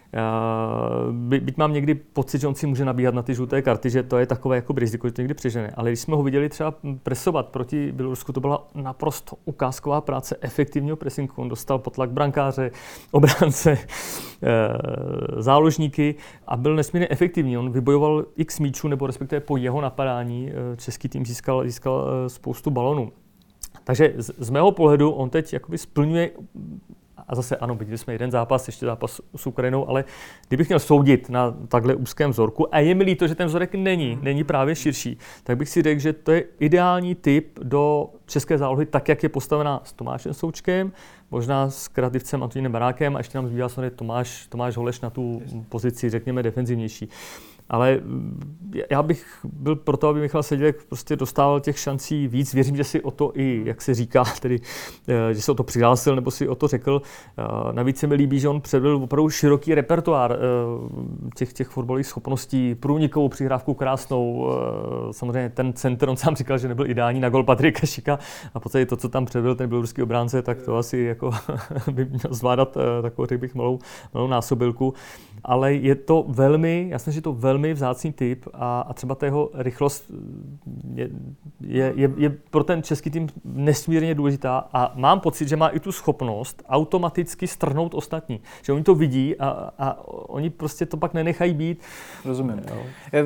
By, byť mám někdy pocit, že on si může nabíhat na ty žluté karty, že to je takové jako riziko, že to někdy přežene. Ale když jsme ho viděli třeba presovat proti Bělorusku, to byla naprosto ukázková práce efektivního pressingu. On dostal pod tlak brankáře, obránce, záložníky a byl nesmírně efektivní. On vybojoval x míčů, nebo respektive po jeho napadání český tým získal, získal spoustu balonů. Takže z, z mého pohledu on teď jakoby splňuje. A zase ano, viděli jsme jeden zápas, ještě zápas s Ukrajinou, ale kdybych měl soudit na takhle úzkém vzorku, a je mi líto, že ten vzorek není, není právě širší, tak bych si řekl, že to je ideální typ do české zálohy, tak jak je postavená s Tomášem Součkem, možná s kreativcem Antonínem Barákem a ještě nám zbývá samozřejmě Tomáš, Tomáš Holeš na tu pozici, řekněme, defenzivnější. Ale já bych byl proto, aby Michal Sedílek prostě dostával těch šancí víc. Věřím, že si o to i, jak se říká, tedy, že se o to přihlásil nebo si o to řekl. Navíc se mi líbí, že on předvedl opravdu široký repertoár těch, těch fotbalových schopností, průnikovou přihrávku krásnou. Samozřejmě ten center, on sám říkal, že nebyl ideální na gol Patrika Šika a v podstatě to, co tam předvedl ten běloruský obránce, tak to asi jako by měl zvládat takovou, řekl bych, malou, malou násobilku. Ale je to velmi, jasně, že to velmi vzácný typ a, a třeba ta jeho rychlost je, je, je, je pro ten český tým nesmírně důležitá a mám pocit, že má i tu schopnost automaticky strhnout ostatní. Že oni to vidí a, a oni prostě to pak nenechají být. Rozumím. Jo,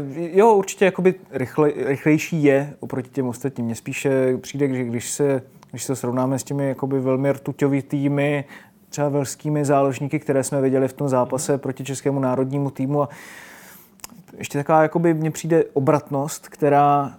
jo určitě jakoby rychle, rychlejší je oproti těm ostatním. Mně spíše přijde, že když se, když se srovnáme s těmi jakoby velmi rtuťovými týmy, třeba velskými záložníky, které jsme viděli v tom zápase proti českému národnímu týmu. A ještě taková, jakoby mně přijde obratnost, která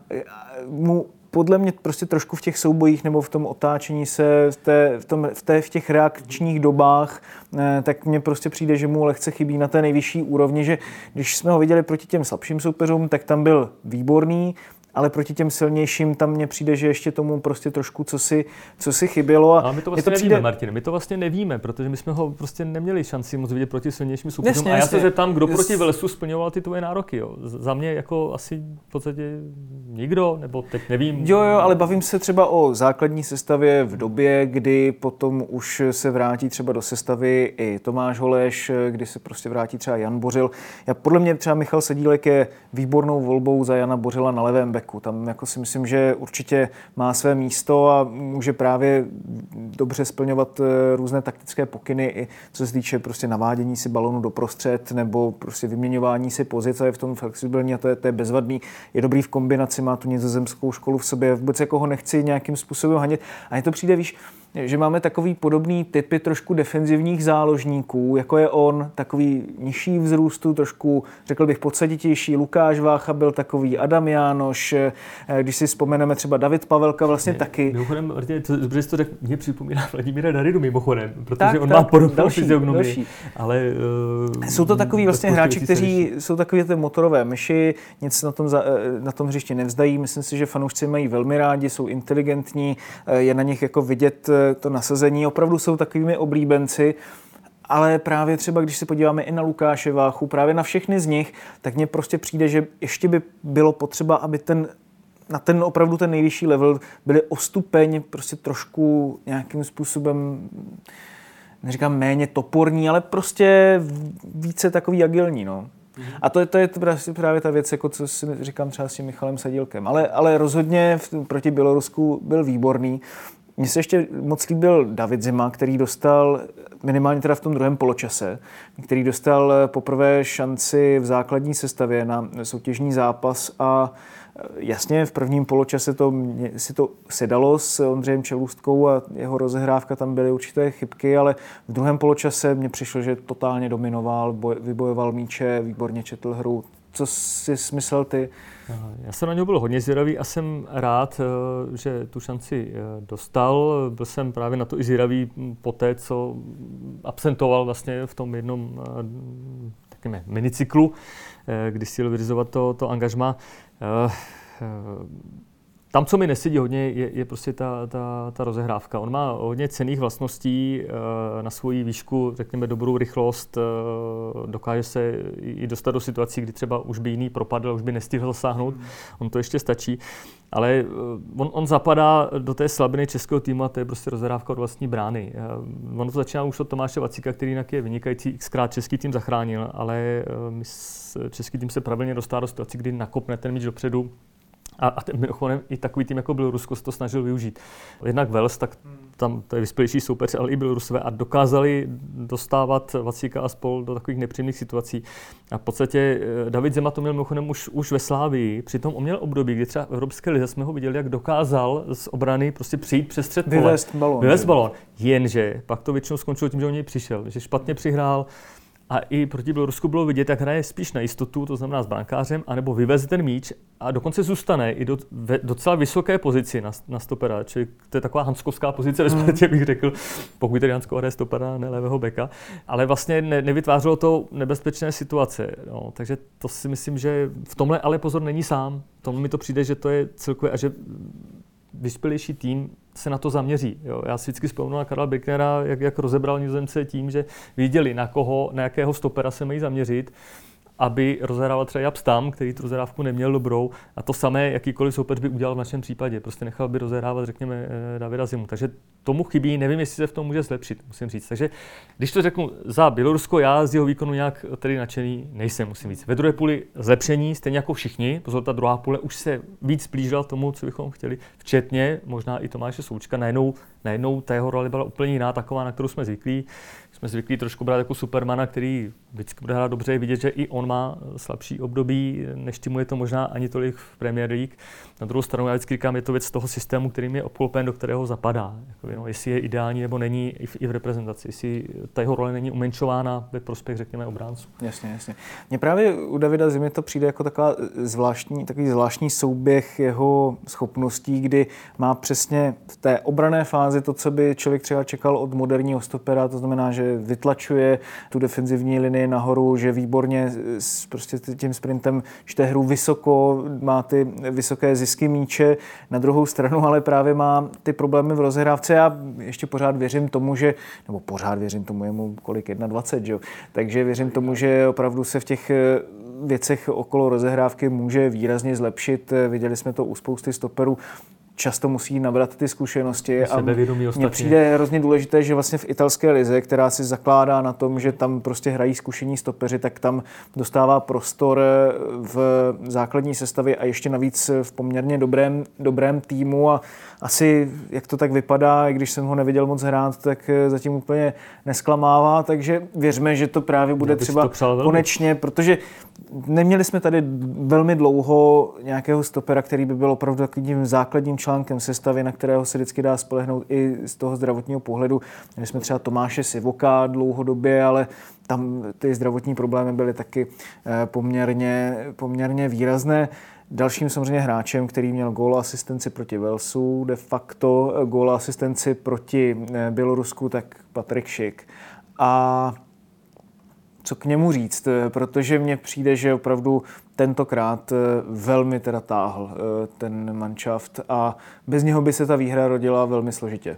mu podle mě prostě trošku v těch soubojích nebo v tom otáčení se, v, té, v, tom, v, té, v těch reakčních dobách, tak mně prostě přijde, že mu lehce chybí na té nejvyšší úrovni, že když jsme ho viděli proti těm slabším soupeřům, tak tam byl výborný, ale proti těm silnějším tam mně přijde, že ještě tomu prostě trošku co si, co si chybělo. A ale my to vlastně to nevíme, přijde... Martin, my to vlastně nevíme, protože my jsme ho prostě neměli šanci moc vidět proti silnějším soupeřům. A já se zeptám, kdo Jasně. proti Velsu splňoval ty tvoje nároky. Jo? Za mě jako asi v podstatě nikdo, nebo teď nevím. Jo, jo, ale bavím se třeba o základní sestavě v době, kdy potom už se vrátí třeba do sestavy i Tomáš Holeš, kdy se prostě vrátí třeba Jan Bořil. Já podle mě třeba Michal Sedílek je výbornou volbou za Jana Bořila na levém beku. Tam jako si myslím, že určitě má své místo a může právě dobře splňovat různé taktické pokyny, i co se týče prostě navádění si balonu do prostřed nebo prostě vyměňování si pozic a je v tom flexibilní a to je, to je bezvadný. Je dobrý v kombinaci, má tu nizozemskou školu v sobě, vůbec jako ho nechci nějakým způsobem hanit. A je to přijde, víš, že máme takový podobný typy trošku defenzivních záložníků, jako je on, takový nižší vzrůstu, trošku, řekl bych, podsaditější. Lukáš Vácha byl takový, Adam Jánoš, když si vzpomeneme třeba David Pavelka vlastně ne, taky. Mimochodem, dobře jsi to řekl, mě připomíná Vladimíra Darydu mimochodem, protože tak, on tak, má podobnou fyziognomii. Ale uh, jsou to takový vlastně hráči, kteří jsou takový ty motorové myši, nic na tom, za, na tom hřišti nevzdají. Myslím si, že fanoušci mají velmi rádi, jsou inteligentní, je na nich jako vidět to nasazení, opravdu jsou takovými oblíbenci, ale právě třeba, když se podíváme i na Lukáše Váchu, právě na všechny z nich, tak mně prostě přijde, že ještě by bylo potřeba, aby ten na ten opravdu ten nejvyšší level byli o stupeň prostě trošku nějakým způsobem, neříkám méně toporní, ale prostě více takový agilní, no. A to je, to je právě ta věc, jako co si říkám třeba s tím Michalem Sadílkem, ale, ale rozhodně proti Bělorusku byl výborný. Mně se ještě moc líbil David Zima, který dostal, minimálně teda v tom druhém poločase, který dostal poprvé šanci v základní sestavě na soutěžní zápas a jasně v prvním poločase to, si to sedalo s Ondřejem Čelůstkou a jeho rozehrávka, tam byly určité chybky, ale v druhém poločase mně přišlo, že totálně dominoval, boj, vybojoval míče, výborně četl hru. Co jsi smyslel ty? Já jsem na něho byl hodně zvědavý a jsem rád, že tu šanci dostal. Byl jsem právě na to i zvědavý po té, co absentoval vlastně v tom jednom takovém minicyklu, kdy si chtěl vyřizovat to, to angažmá. tam, co mi nesedí hodně, je, je prostě ta, ta, ta rozehrávka. On má hodně cenných vlastností, na svoji výšku, řekněme, dobrou rychlost, dokáže se i dostat do situací, kdy třeba už by jiný propadl, už by nestihl zasáhnout, on to ještě stačí. Ale on, on zapadá do té slabiny českého týmu a to je prostě rozehrávka od vlastní brány. On to začíná už od Tomáše Vacíka, který jinak je vynikající, xkrát český tým zachránil, ale my, český tým se pravidelně dostává do situací, kdy nakopne ten míč dopředu. A, a ten, mimochodem i takový tým, jako byl Rusko, se to snažil využít. Jednak Wales, tak tam to je vyspělejší soupeř, ale i Bělorusové a dokázali dostávat Vacíka a spol do takových nepříjemných situací. A v podstatě David Zema to měl mimochodem už, už ve Slávii, přitom on měl období, kdy třeba v Evropské lize jsme ho viděli, jak dokázal z obrany prostě přijít přes střed pole. Vyvést balón. Vyvést balón. Jenže pak to většinou skončilo tím, že o něj přišel, že špatně přihrál. A i proti Bělorusku bylo vidět, jak hraje spíš na jistotu, to znamená s brankářem, anebo vyveze ten míč a dokonce zůstane i do ve, docela vysoké pozici na, na stopera. Čili to je taková hanskovská pozice ve Spartě, bych řekl, pokud tedy Hansko hraje stopera, ne levého beka. Ale vlastně ne, nevytvářelo to nebezpečné situace. No, takže to si myslím, že v tomhle ale pozor není sám. Tomu mi to přijde, že to je celkově a že vyspělejší tým se na to zaměří. Jo. Já si vždycky vzpomínám na Karla Birknera, jak, jak rozebral Nizozemce tím, že viděli, na koho, na jakého stopera se mají zaměřit, aby rozehrával třeba Japs tam, který tu rozehrávku neměl dobrou. A to samé jakýkoliv soupeř by udělal v našem případě. Prostě nechal by rozehrávat, řekněme, Davida Zimu. Takže tomu chybí, nevím, jestli se v tom může zlepšit, musím říct. Takže když to řeknu za Bělorusko, já z jeho výkonu nějak tedy nadšený nejsem, musím říct. Ve druhé půli zlepšení, stejně jako všichni. Pozor, ta druhá půle už se víc blížila tomu, co bychom chtěli, včetně možná i Tomáše Součka. Najednou, najednou ta jeho role byla úplně jiná, taková, na kterou jsme zvyklí. Jsme zvyklí trošku brát jako Supermana, který vždycky bude hrát dobře, vidět, že i on má slabší období, než mu je to možná ani tolik v Premier League. Na druhou stranu, já vždycky říkám, je to věc toho systému, kterým je obklopen, do kterého zapadá. Jako, no, jestli je ideální nebo není i v, i v reprezentaci, jestli ta jeho role není umenšována ve prospěch, řekněme, obránců. Jasně, jasně. Mně právě u Davida Zimy to přijde jako taková zvláštní, takový zvláštní souběh jeho schopností, kdy má přesně v té obranné fázi to, co by člověk třeba čekal od moderního stopera, to znamená, že vytlačuje tu defenzivní linii nahoru, že výborně s prostě tím sprintem čte hru vysoko, má ty vysoké zisky míče. Na druhou stranu ale právě má ty problémy v rozehrávce. Já ještě pořád věřím tomu, že, nebo pořád věřím tomu, je mu kolik, dvacet jedna, že jo? Takže věřím tomu, že opravdu se v těch věcech okolo rozehrávky může výrazně zlepšit. Viděli jsme to u spousty stoperů. Často musí nabrat ty zkušenosti a mně přijde hrozně důležité, že vlastně v italské lize, která si zakládá na tom, že tam prostě hrají zkušení stopeři, tak tam dostává prostor v základní sestavě a ještě navíc v poměrně dobrém, dobrém týmu a asi, jak to tak vypadá, i když jsem ho neviděl moc hrát, tak zatím úplně nesklamává, takže věřme, že to právě bude třeba konečně, protože neměli jsme tady velmi dlouho nějakého stopera, který by byl opravdu takovým základním článkem sestavy, na kterého se vždycky dá spolehnout i z toho zdravotního pohledu. Měli jsme třeba Tomáše Sivoka dlouhodobě, ale tam ty zdravotní problémy byly taky poměrně, poměrně výrazné. Dalším samozřejmě hráčem, který měl gól asistenci proti Walesu, de facto gól asistenci proti Bělorusku, tak Patrik Schick. A co k němu říct, protože mně přijde, že opravdu tentokrát velmi teda táhl ten manšaft a bez něho by se ta výhra rodila velmi složitě.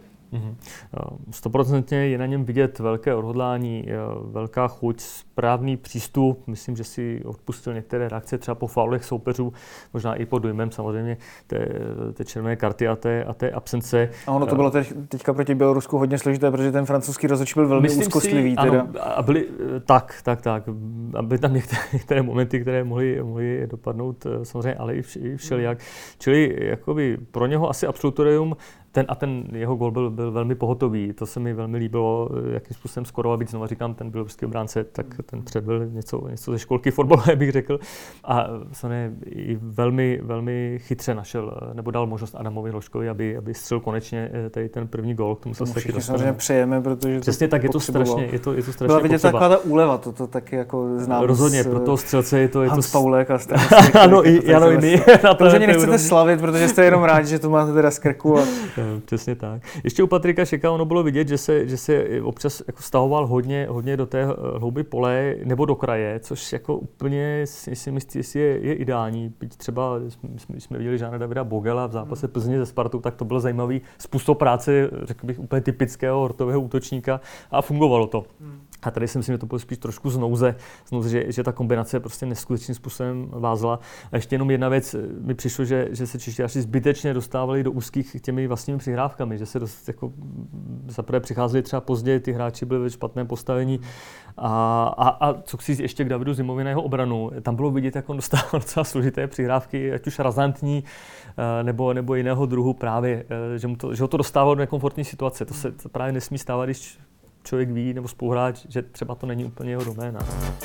Stoprocentně je na něm vidět velké odhodlání, velká chuť, správný přístup. Myslím, že si odpustil některé reakce třeba po faulech soupeřů, možná i pod dojmem samozřejmě té, té červené karty a té, a té absence. A ono to bylo teď, teďka proti Bělorusku hodně složité, protože ten francouzský rozhodčí byl velmi Myslím úzkostlivý. Si, teda. Ano, a byly, tak, tak, tak. A byly tam některé, některé momenty, které mohly, mohly dopadnout samozřejmě, ale i, vš, i všelijak. Čili jakoby pro něho asi absolutorium. Ten a ten jeho gól byl, byl velmi pohotový, to se mi velmi líbilo, jakým způsobem skoro, byť znova říkám, ten běloruský obránce, tak ten předvedl něco, něco ze školky fotbalové, bych řekl. A samozřejmě i velmi, velmi chytře našel, nebo dal možnost Adamovi Hloškovi, aby, aby střelil konečně tady ten první gól. K tomu se taky samozřejmě přejeme, protože přesně tak, je to strašně, je to, je to strašně byla vidět taková ta úleva, to, to taky jako znám. Rozhodně, pro toho střelce je to... Je Hans to... Paulek a ano, i, ano, i my. Protože ani nechcete slavit, protože jste jenom rádi, že to máte teda z krku. A... Přesně tak. Ještě u Patrika Schicka ono bylo vidět, že se, že se občas jako stahoval hodně, hodně do té hlouby pole. pole nebo do kraje, což jako úplně si myslím, že je, je ideální. Byť třeba, jsme, jsme viděli Žána Davida Bogela v zápase Plzně ze Spartou, tak to byl zajímavý způsob práce, řekl bych, úplně typického hortového útočníka a fungovalo to. A tady si myslím, že to bylo spíš trošku z nouze, z nouze že, že ta kombinace prostě neskutečným způsobem vázla. A ještě jenom jedna věc mi přišlo, že, že se češtiáři zbytečně dostávali do úzkých těmi vlastními přihrávkami, že se dost, jako, zaprvé přicházeli třeba pozdě, ty hráči byli ve špatném postavení. A, a, a co chci říct ještě k Davidu Zimovi na jeho obranu, tam bylo vidět, jak on dostával docela složité přihrávky, ať už razantní, nebo, nebo jiného druhu právě, že, mu to, že ho to dostávalo do nekomfortní situace. To se to právě nesmí stávat, když člověk ví, nebo spoluhráč, že třeba to není úplně jeho doména.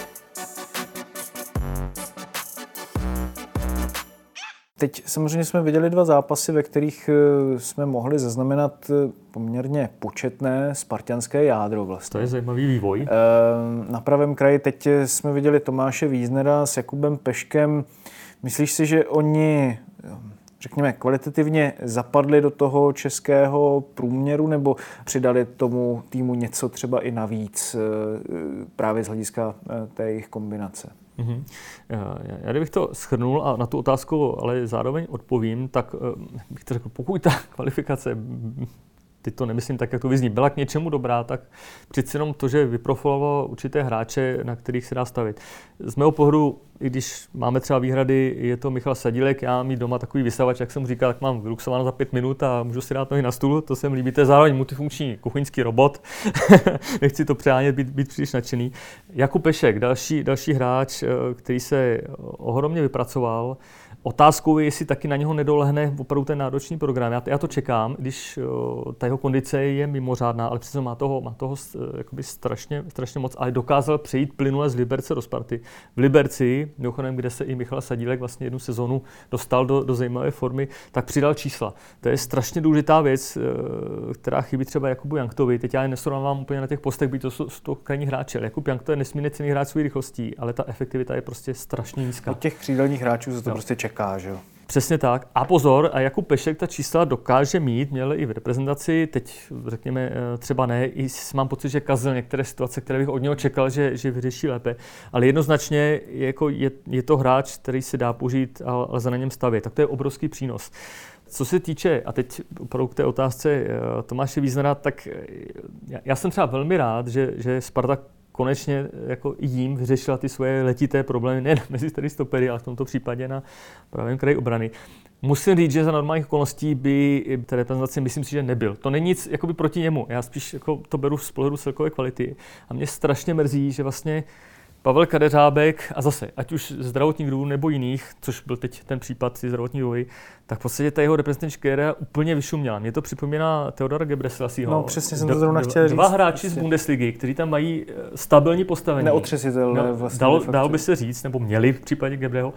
Teď samozřejmě jsme viděli dva zápasy, ve kterých jsme mohli zaznamenat poměrně početné spartanské jádro vlastně. To je zajímavý vývoj. Na pravém kraji teď jsme viděli Tomáše Víznera s Jakubem Peškem. Myslíš si, že oni, řekněme, kvalitativně zapadli do toho českého průměru nebo přidali tomu týmu něco třeba i navíc právě z hlediska té jejich kombinace? Mm-hmm. Já kdybych to shrnul a na tu otázku ale zároveň odpovím, tak bych to řekl, pokud ta kvalifikace, teď to nemyslím tak, jak to vyzní, byla k něčemu dobrá, tak přeci jenom to, že vyprofilovalo určité hráče, na kterých se dá stavit. Z mého pohledu, i když máme třeba výhrady, je to Michal Sadílek, já mít doma takový vysavač, jak jsem říkal, tak mám vyluxováno za pět minut a můžu si dát nohy na stůl, to se mi líbí, to je zároveň multifunkční kuchyňský robot, nechci to přehánět, být, být příliš nadšený. Jakub Pešek, další, další hráč, který se ohromně vypracoval. Otázkou je, jestli taky na něho nedolehne opravdu ten náročný program. Já to, já to čekám, když uh, ta jeho kondice je mimořádná, ale přece má toho, má toho uh, jakoby strašně, strašně moc, ale dokázal přejít plynule z Liberce do Sparty. V Liberci, mimochodem, kde se i Michal Sadílek vlastně jednu sezonu dostal do, do zajímavé formy, tak přidal čísla. To je strašně důležitá věc, uh, která chybí třeba Jakubu Janktovi. Teď já je nesrovnávám úplně na těch postech, byť to jsou to krajní hráči. Jakub Jank to je nesmírně cenný hráč svou rychlostí, ale ta efektivita je prostě strašně nízká. Od těch křídelních hráčů se to no. prostě čeká, že jo? Přesně tak. A pozor, a Jakub Pešek ta čísla dokáže mít, měl i v reprezentaci, teď řekněme třeba ne, i mám pocit, že kazil některé situace, které bych od něho čekal, že, že vyřeší lépe. Ale jednoznačně je, jako je, je to hráč, který se dá použít a lze na něm stavět. Tak to je obrovský přínos. Co se týče, a teď opravdu k té otázce Tomáše Víznera, tak já, já jsem třeba velmi rád, že, že Sparta konečně jako i jím vyřešila ty svoje letité problémy, ne mezi tady stopery, ale v tomto případě na pravém kraji obrany. Musím říct, že za normálních okolností by té reprezentaci, myslím si, že nebyl. To není nic jakoby proti němu. Já spíš jako to beru z pohledu celkové kvality. A mě strašně mrzí, že vlastně Pavel Kadeřábek a zase, ať už zdravotních důvodů nebo jiných, což byl teď ten případ si zdravotní důvody, tak v podstatě ta jeho reprezentační kariéra úplně vyšuměla. Mě to připomíná Theodora Gebrselasieho. No přesně jsem to zrovna chtěl říct. Dva hráči z Bundesligy, kteří tam mají stabilní postavení. Neotřesitelné no, vlastně. Dal, dal by se říct, nebo měli v případě Gebreho.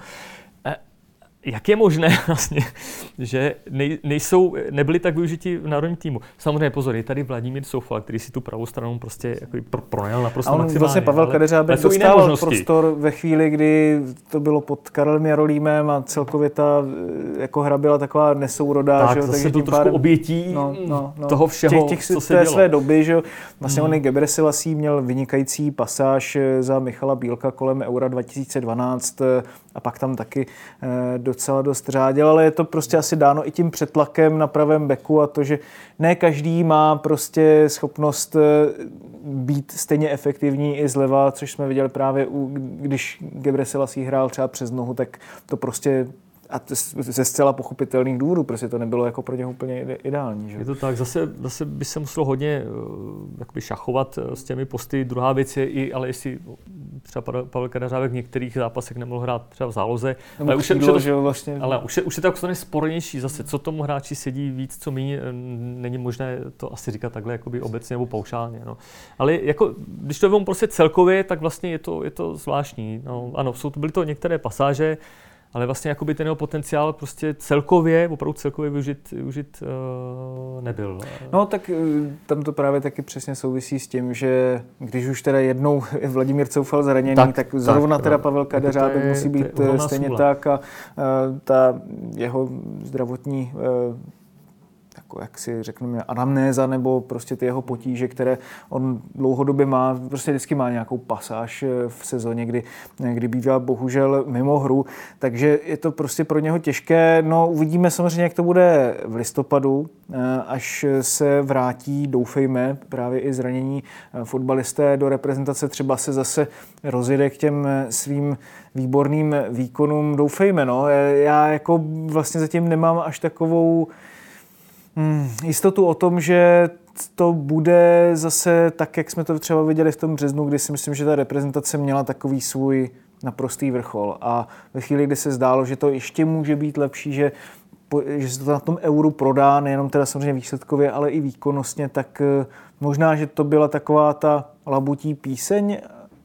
Jak je možné vlastně, že nej, nejsou, nebyli tak využiti v národním týmu? Samozřejmě pozor, je tady Vladimír Soufal, který si tu pravou stranu prostě jako pro, projel naprosto maximálně. A on vlastně Pavel Kadeřábek dostal prostor ve chvíli, kdy to bylo pod Karelem Jarolímem a celkově ta jako hra byla taková nesourodá. Tak, že? zase Takže byl trošku pádem, obětí no, no, no, toho všeho, těch, těch, co se dělo. Své doby, že vlastně hmm. on i Gebrselassie měl vynikající pasáž za Michala Bílka kolem Eura dva tisíce dvanáct a pak tam taky docela dost řádil, ale je to prostě asi dáno i tím přetlakem na pravém beku a to, že ne každý má prostě schopnost být stejně efektivní i zleva, což jsme viděli právě, když Gebrselassie hrál třeba přes nohu, tak to prostě a ze zcela pochopitelných důvodů, protože to nebylo jako pro něho úplně ideální. Že? Je to tak, zase, zase by se muselo hodně jakoby šachovat s těmi posty. Druhá věc je i, ale jestli třeba Pavel Kadeřábek v některých zápasech nemohl hrát třeba v záloze. Ale už, křídlo, je, už, je to, vlastně... ale už, je, už je to jako spornější zase. Co tomu hráči sedí víc, co méně, není možné to asi říkat takhle jakoby obecně nebo paušálně. No. Ale jako, když to vezmu prostě celkově, tak vlastně je to, je to zvláštní. No, ano, jsou to, byly to některé pasáže, ale vlastně jakoby ten jeho potenciál prostě celkově, opravdu celkově využit, využit uh, nebyl. No tak tam to právě taky přesně souvisí s tím, že když už teda jednou je Vladimír Coufal zraněný, tak, tak zrovna tak, teda Pavel Kadeřábek je, musí být stejně súla. Tak a uh, ta jeho zdravotní uh, jako jak si řekneme, anamnéza nebo prostě ty jeho potíže, které on dlouhodobě má, prostě vždycky má nějakou pasáž v sezóně, kdy, kdy bývá bohužel mimo hru, takže je to prostě pro něho těžké. No uvidíme samozřejmě, jak to bude v listopadu, až se vrátí, doufejme, právě i zranění fotbalisté do reprezentace, třeba se zase rozjede k těm svým výborným výkonům, doufejme, no. Já jako vlastně zatím nemám až takovou Hmm, jistotu o tom, že to bude zase tak, jak jsme to třeba viděli v tom březnu, kdy si myslím, že ta reprezentace měla takový svůj naprostý vrchol. A ve chvíli, kdy se zdálo, že to ještě může být lepší, že, že se to na tom euru prodá, nejenom teda samozřejmě výsledkově, ale i výkonnostně, tak možná, že to byla taková ta labutí píseň.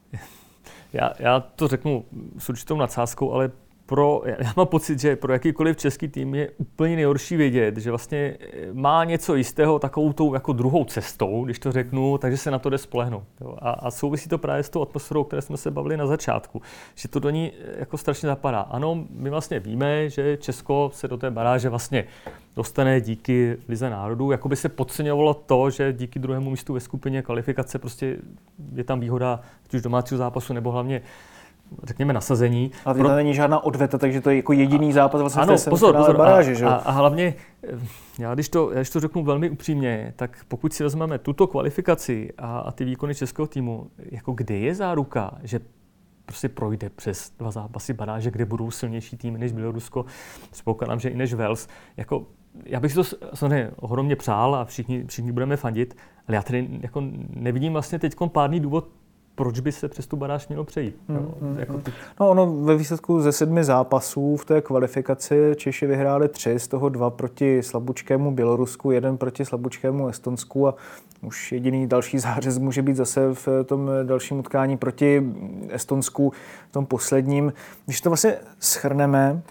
Já, já to řeknu s určitou nadsázkou, ale Pro, já mám pocit, že pro jakýkoliv český tým je úplně nejhorší vědět, že vlastně má něco jistého takovou tou jako druhou cestou, když to řeknu, takže se na to jde spolehnout. Jo. A, a souvisí to právě s tou atmosférou, o které jsme se bavili na začátku, že to do ní jako strašně zapadá. Ano, my vlastně víme, že Česko se do té baráže vlastně dostane díky Lize národů, jako by se podceňovalo to, že díky druhému místu ve skupině kvalifikace prostě je tam výhoda ať už domácího zápasu nebo hlavně řekněme nasazení. Ale to Pro... není žádná odveta, takže to je jako jediný zápas vlastně ano, v té pozor, pozor. baráži, že? A, a hlavně, já když, to, já když to řeknu velmi upřímně, tak pokud si vezmeme tuto kvalifikaci a, a ty výkony českého týmu, jako kde je záruka, že prostě projde přes dva zápasy baráže, kde budou silnější týmy než Bělorusko, předpokládám, že i než Wales, jako já bych si to samozřejmě ohromně přál a všichni, všichni budeme fandit, ale já tady jako nevidím vlastně teď pádný důvod, proč by se přes tu baráž mělo přejít. Hmm, no, hmm, jako ty... no ono ve výsledku ze sedmi zápasů v té kvalifikaci Češi vyhráli tři, z toho dva proti slabučkému Bělorusku, jeden proti slabučkému Estonsku a už jediný další zářez může být zase v tom dalším utkání proti Estonsku, v tom posledním. Když to vlastně shrneme,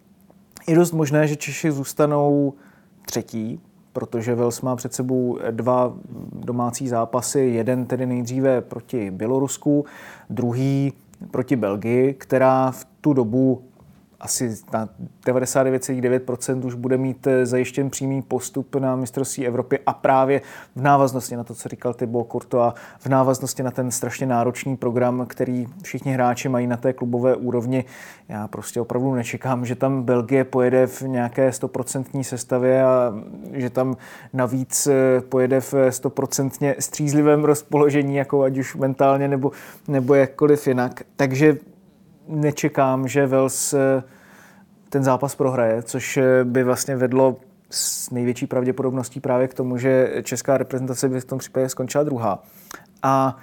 je dost možné, že Češi zůstanou třetí, protože Wales má před sebou dva domácí zápasy, jeden tedy nejdříve proti Bělorusku, druhý proti Belgii, která v tu dobu asi na devadesát devět celá devět procent už bude mít zajištěn přímý postup na mistrovství Evropy a právě v návaznosti na to, co říkal Thibaut Courtois, v návaznosti na ten strašně náročný program, který všichni hráči mají na té klubové úrovni. Já prostě opravdu nečekám, že tam Belgie pojede v nějaké stoprocentní sestavě a že tam navíc pojede v stoprocentně střízlivém rozpoložení, jako ať už mentálně nebo, nebo jakkoliv jinak. Takže nečekám, že Wales ten zápas prohraje, což by vlastně vedlo s největší pravděpodobností právě k tomu, že česká reprezentace by v tom případě skončila druhá. A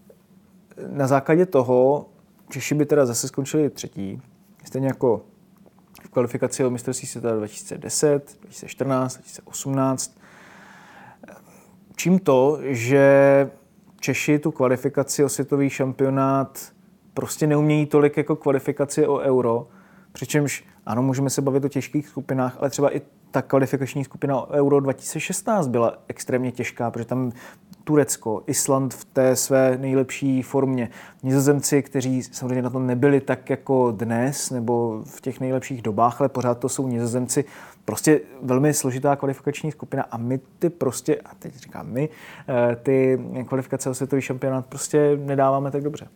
na základě toho Češi by teda zase skončili třetí, stejně jako v kvalifikaci o mistrovství světa dva tisíce deset, dva tisíce čtrnáct, dva tisíce osmnáct. Čím to, že Češi tu kvalifikaci o světový šampionát prostě neumějí tolik jako kvalifikaci o euro, přičemž ano, můžeme se bavit o těžkých skupinách, ale třeba i ta kvalifikační skupina o euro dva tisíce šestnáct byla extrémně těžká, protože tam Turecko, Island v té své nejlepší formě, Nizozemci, kteří samozřejmě na to nebyli tak jako dnes nebo v těch nejlepších dobách, ale pořád to jsou Nizozemci, prostě velmi složitá kvalifikační skupina a my ty prostě, a teď říkám my, ty kvalifikace o světový šampionát prostě nedáváme tak dobře.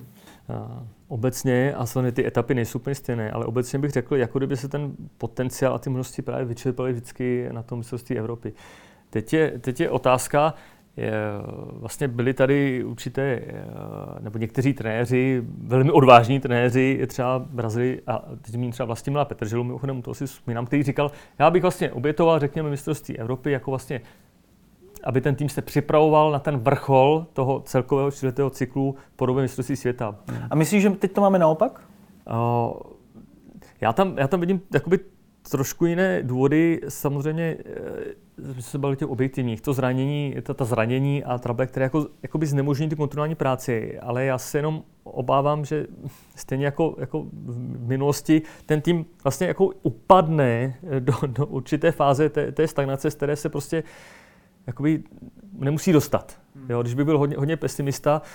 Obecně, a samozřejmě ty etapy nejsou úplně stejné, ale obecně bych řekl, jako kdyby se ten potenciál a ty možnosti právě vyčerpaly vždycky na tom mistrovství Evropy. Teď je, teď je otázka, je, vlastně byli tady určité, nebo někteří trenéři, velmi odvážní trenéři, třeba Brazílii, a teď mím třeba Vlastimila Petrželu, mimochodem to si vzpomínám, který říkal, já bych vlastně obětoval, řekněme, mistrovství Evropy jako vlastně, aby ten tým se připravoval na ten vrchol toho celkového čtyřletého cyklu v podobě mistrovství světa. A myslíš, že teď to máme naopak? Uh, já, tam, já tam vidím jakoby trošku jiné důvody. Samozřejmě jsme se bavili těch objektivních, to zranění, ta, ta zranění a trable, které jako, jakoby znemožní ty kontinuální práci, ale já se jenom obávám, že stejně jako, jako v minulosti ten tým vlastně jako upadne do, do určité fáze té, té stagnace, z které se prostě jakoby nemusí dostat. Jo, když by byl hodně, hodně pesimista,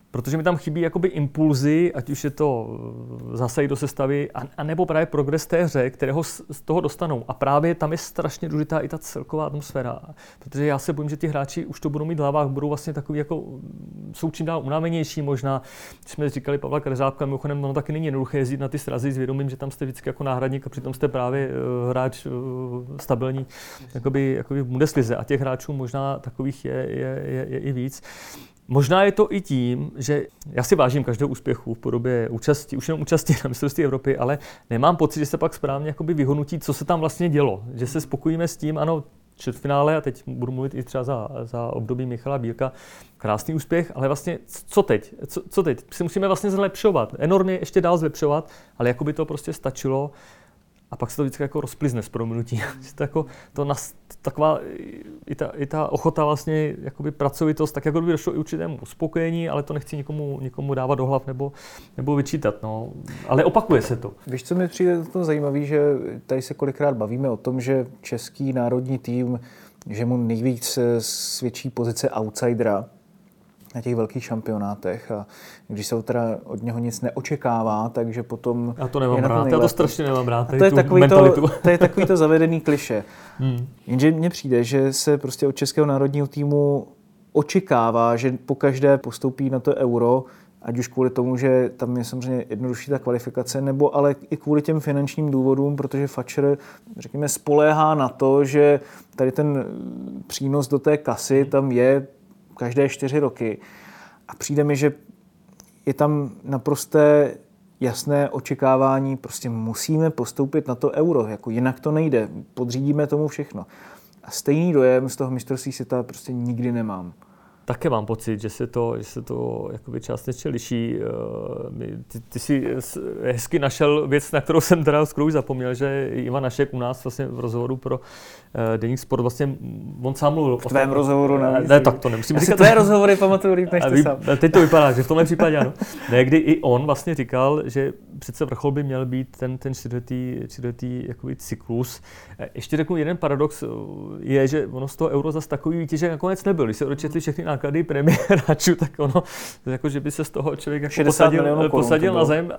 Protože mi tam chybí jakoby impulzy, ať už je to zase do sestavy, a, a nebo právě progres té hře, kterého z toho dostanou. A právě tam je strašně důležitá i ta celková atmosféra. Protože já se bojím, že ti hráči už to budou mít v hlavách, budou vlastně takový jako, jsou čím dál unavenější možná. Když jsme říkali Pavla Krzápka, mimochodem, no taky není jednoduché jezdit na ty srazy s vědomím, že tam jste vždycky jako náhradník a přitom jste právě uh, hráč uh, stabilní jakoby, jakoby v Bundeslize. A těch hráčů možná takových je, je, je, je i víc. Možná je to i tím, že já si vážím každého úspěchu v podobě účasti, už jenom účasti na mistrovství Evropy, ale nemám pocit, že se pak správně jakoby vyhodnotí, co se tam vlastně dělo. Že se spokojíme s tím, ano, čtvrtfinále, a teď budu mluvit i třeba za, za období Michala Bílka, krásný úspěch, ale vlastně co teď? Co, co teď? Si musíme vlastně zlepšovat, enormně ještě dál zlepšovat, ale jako by to prostě stačilo. A pak se to vždycky jako rozplizne s prominutí. to jako, to nas, taková i ta, i ta ochota vlastně jakoby pracovitost, tak jako by došlo i určitému uspokojení, ale to nechci nikomu, nikomu dávat do hlav nebo, nebo vyčítat. No. Ale opakuje se to. Víš, co mi přijde to zajímavé, že tady se kolikrát bavíme o tom, že český národní tým, že mu nejvíc svědčí pozice outsidera na těch velkých šampionátech a když se teda od něho nic neočekává, takže potom... Já to nemám rád, já to strašně nemám rád, to je, takový to, to je takový to zavedený kliše. Hmm. Jenže mně přijde, že se prostě od českého národního týmu očekává, že pokaždé postoupí na to euro, ať už kvůli tomu, že tam je samozřejmě jednodušší ta kvalifikace, nebo ale i kvůli těm finančním důvodům, protože Fatcher, řekněme, spoléhá na to, že tady ten přínos do té kasy tam je každé čtyři roky. A přijde mi, že je tam naprosté jasné očekávání, prostě musíme postoupit na to euro, jako jinak to nejde, podřídíme tomu všechno. A stejný dojem z toho mistrovství světa prostě nikdy nemám. Také mám pocit, že se to, že se to jakoby částečně liší. Ty, ty jsi hezky našel věc, na kterou jsem teda skoro už zapomněl, že Ivan Hašek u nás vlastně v rozhovoru pro Deník Sport vlastně on sám mluvil. V tvém rozhovoru navíc. Ne, tak to nemusím Já říkat. si tvé rozhovory pamatuju líp než ty sám. Teď to vypadá, že v tomhle případě ano. Ne, kdy i on vlastně říkal, že přece vrchol by měl být ten, ten čtyřletý, čtyřletý jakoby cyklus. Ještě řeknu, jeden paradox je, že ono z toho euro zase takový výtěže nakonec nebyl. Když se odečetli všechny náklady prémie hráčů, tak ono, jako že by se z toho člověk jako posadil, posadil na zem,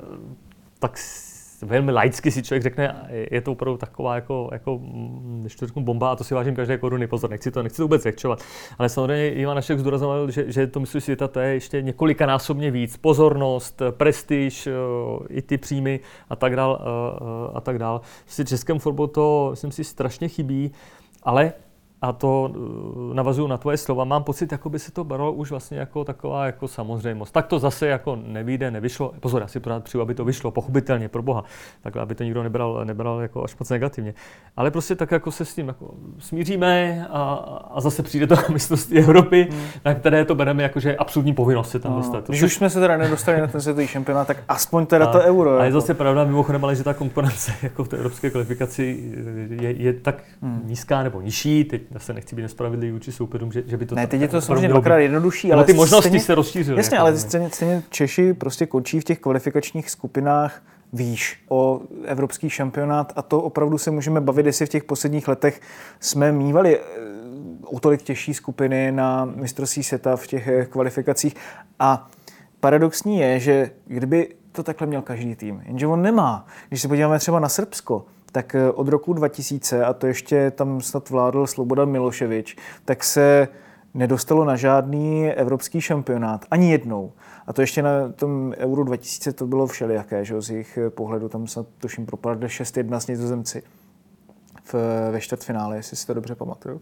tak velmi laicky si člověk řekne, je to opravdu taková jako, jako když to řeknu bomba, a to si vážím každé koruny, pozor, nechci to, nechci to vůbec zlehčovat. Ale samozřejmě Ivan Hašek zdůrazňoval, že, že to mistrovství světa to je ještě několikanásobně víc. Pozornost, prestiž, i ty příjmy a tak dál a tak dál. V českém fotbalu to, myslím si, strašně chybí, ale a to navazuju na tvoje slova, mám pocit, jako by se to bralo už vlastně jako taková jako samozřejmost. Tak to zase jako nevyjde, nevyšlo. Pozor, já si pořád přiju, aby to vyšlo, pochopitelně, pro boha. Takhle, aby to nikdo nebral, nebral jako až moc negativně. Ale prostě tak jako se s tím jako smíříme a, a zase přijde to mistrovství Evropy, hmm. na které to bereme jako, že je absolutní povinnost se tam no, dostat. Když už jsme se teda nedostali na ten světový šampionát, tak aspoň teda a, to euro. A je jako. zase pravda, mimochodem, ale že ta konkurence jako v té evropské kvalifikaci je, je tak hmm. nízká nebo nižší. Teď se nechci být nespravedlivý vůči soupeřům, že, že by to... Ne, teď je to samozřejmě dvakrát jednodušší, ale... ty možnosti stejně, se rozšířily. Jasně, jako, ale stejně, stejně Češi prostě končí v těch kvalifikačních skupinách výš o evropský šampionát a to opravdu se můžeme bavit, jestli v těch posledních letech jsme mívali o tolik těžší skupiny na mistrovství světa v těch kvalifikacích. A paradoxní je, že kdyby to takhle měl každý tým, jenže on nemá. Když se podíváme třeba na Srbsko, tak od roku dva tisíce, a to ještě tam snad vládl Slobodan Miloševič, tak se nedostalo na žádný evropský šampionát. Ani jednou. A to ještě na tom Euro dva tisíce to bylo všelijaké, že z jejich pohledu tam snad tuším propadli šest jedna s Nizozemci v, ve čtvrtfinále, jestli si to dobře pamatuju.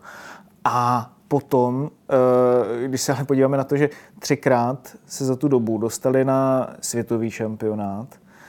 A potom, když se ale podíváme na to, že třikrát se za tu dobu dostali na světový šampionát,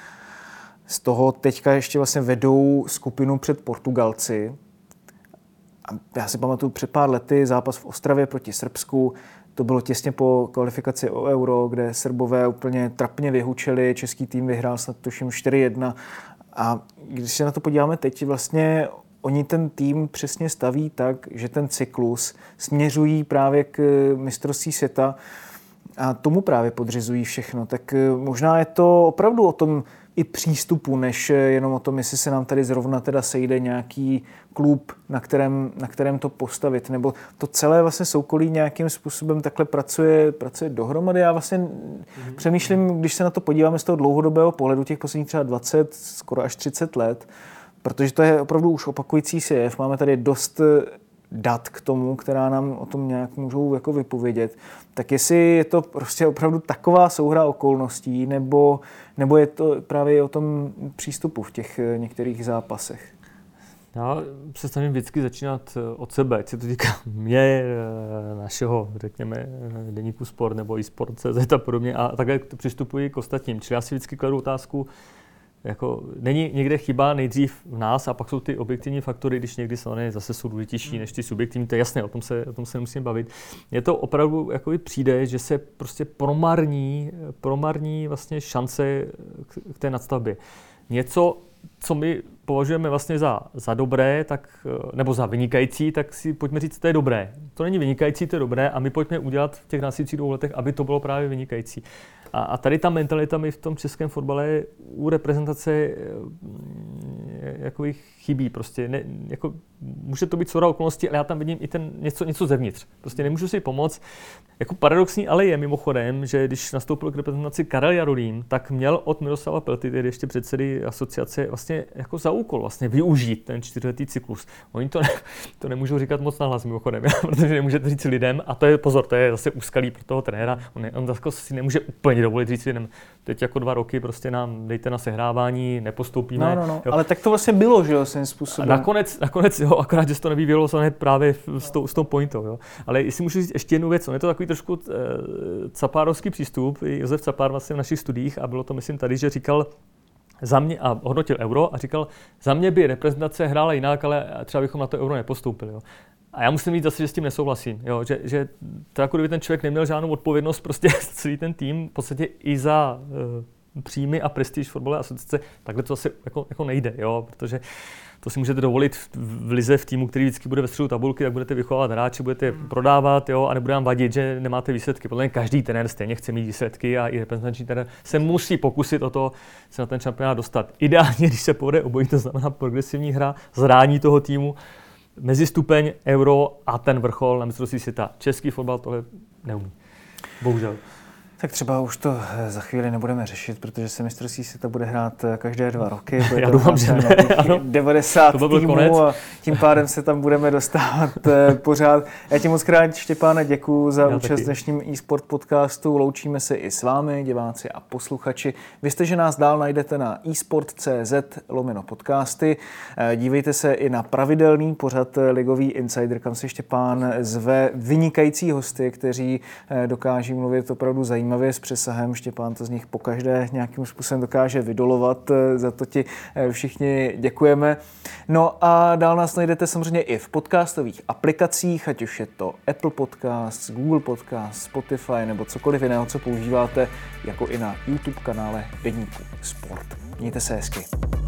z toho teďka ještě vlastně vedou skupinu před Portugalci. A já si pamatuju před pár lety zápas v Ostravě proti Srbsku. To bylo těsně po kvalifikaci o Euro, kde Srbové úplně trapně vyhučeli. Český tým vyhrál snad tuším čtyři jedna. A když se na to podíváme teď, vlastně oni ten tým přesně staví tak, že ten cyklus směřují právě k mistrovství světa a tomu právě podřizují všechno. Tak možná je to opravdu o tom i přístupu, než jenom o tom, jestli se nám tady zrovna teda sejde nějaký klub, na kterém, na kterém to postavit, nebo to celé vlastně soukolí nějakým způsobem takhle pracuje, pracuje dohromady. Já vlastně mm-hmm. přemýšlím, když se na to podíváme z toho dlouhodobého pohledu, těch posledních třeba dvacet, skoro až třicet let, protože to je opravdu už opakující se jev. Máme tady dost dat k tomu, která nám o tom nějak můžou jako vypovědět. Tak jestli je to prostě opravdu taková souhra okolností, nebo, nebo je to právě o tom přístupu v těch některých zápasech? Já se snažím vždycky začínat od sebe, ať se to týká mě, našeho, řekněme, deníku Sport nebo eSport tečka cé zet a podobně, a takhle přistupuji k ostatním. Čili já si vždycky kladu otázku, jako, není někde chyba nejdřív v nás a pak jsou ty objektivní faktory, když někdy samozřejmě zase jsou důležitější než ty subjektivní, to je jasné, o tom se, o tom se nemusím bavit. Mně to opravdu jako přijde, že se prostě promarní, promarní vlastně šance k té nadstavbě. Něco, co my považujeme vlastně za, za dobré, tak, nebo za vynikající, tak si pojďme říct, to je dobré. To není vynikající, to je dobré a my pojďme udělat v těch následujících dvou letech, aby to bylo právě vynikající. A, a tady ta mentalita mi v tom českém fotbale u reprezentace jako chybí. Prostě ne, jako, může to být souhra okolností, ale já tam vidím i ten něco, něco zevnitř. Prostě nemůžu si pomoct. Jako paradoxní ale je mimochodem, že když nastoupil k reprezentaci Karel Jarolím, tak měl od Miroslava Pelty, tedy ještě předsedy asociace, vlastně jako za úkol vlastně využít ten čtyřletý cyklus. Oni to, ne, to nemůžou říkat moc nahlas mimochodem, protože nemůžete říct lidem, a to je pozor, to je zase úskalí pro toho trenéra, on, ne, on zase si nemůže úplně dovolit říct lidem, teď jako dva roky prostě nám dejte na sehrávání, nepostoupíme. No, no, no. Ale tak to vlastně bylo, že jo, svým způsobem. A nakonec, nakonec jo, akorát, že se to nevyvíjelo právě s tou, s tou pointou, jo. Ale jestli můžu říct ještě jednu věc, on je to takový trošku e, capárovský přístup, Josef Capár vlastně v našich studiích, a bylo to myslím tady, že říkal za mě, a hodnotil euro a říkal, za mě by reprezentace hrála jinak, ale třeba bychom na to euro nepostoupili, jo. A já musím říct zase, že s tím nesouhlasím, jo, že, že to jako kdyby ten člověk neměl žádnou odpovědnost prostě celý ten tým, v podstatě i za e, příjmy a prestiž fotbalové asociace, takhle to zase jako, jako nejde, jo, protože to si můžete dovolit v lize v týmu, který vždycky bude ve středu tabulky, tak budete vychovávat hráče, budete prodávat, jo, a nebude vám vadit, že nemáte výsledky. Podle mě každý trenér stejně chce mít výsledky a i reprezentační trenér se musí pokusit o to se na ten šampionát dostat. Ideálně, když se povede obojí, to znamená progresivní hra, zrání toho týmu, mezistupeň, euro a ten vrchol na mistrovství světa. Český fotbal tohle neumí. Bohužel. Tak třeba už to za chvíli nebudeme řešit, protože se mistrovství světa bude hrát každé dva roky. Bude Já doufám, že ne. devadesát týmů a tím pádem se tam budeme dostávat pořád. Já ti moc krát, Štěpáne, děkuju za Já účast taky. v dnešním eSport podcastu. Loučíme se i s vámi, diváci a posluchači. Vy jste, že nás dál najdete na eSport tečka cé zet lomeno podcasty. Dívejte se i na pravidelný pořad Ligový Insider, kam si Štěpán zve vynikající hosty, kteří dokáží mluvit opravdu zajímavě s přesahem. Štěpán to z nich pokaždé nějakým způsobem dokáže vydolovat. Za to ti všichni děkujeme. No a dál nás najdete samozřejmě i v podcastových aplikacích, ať už je to Apple Podcast, Google Podcast, Spotify nebo cokoliv jiného, co používáte, jako i na YouTube kanále Deníku Sport. Mějte se hezky.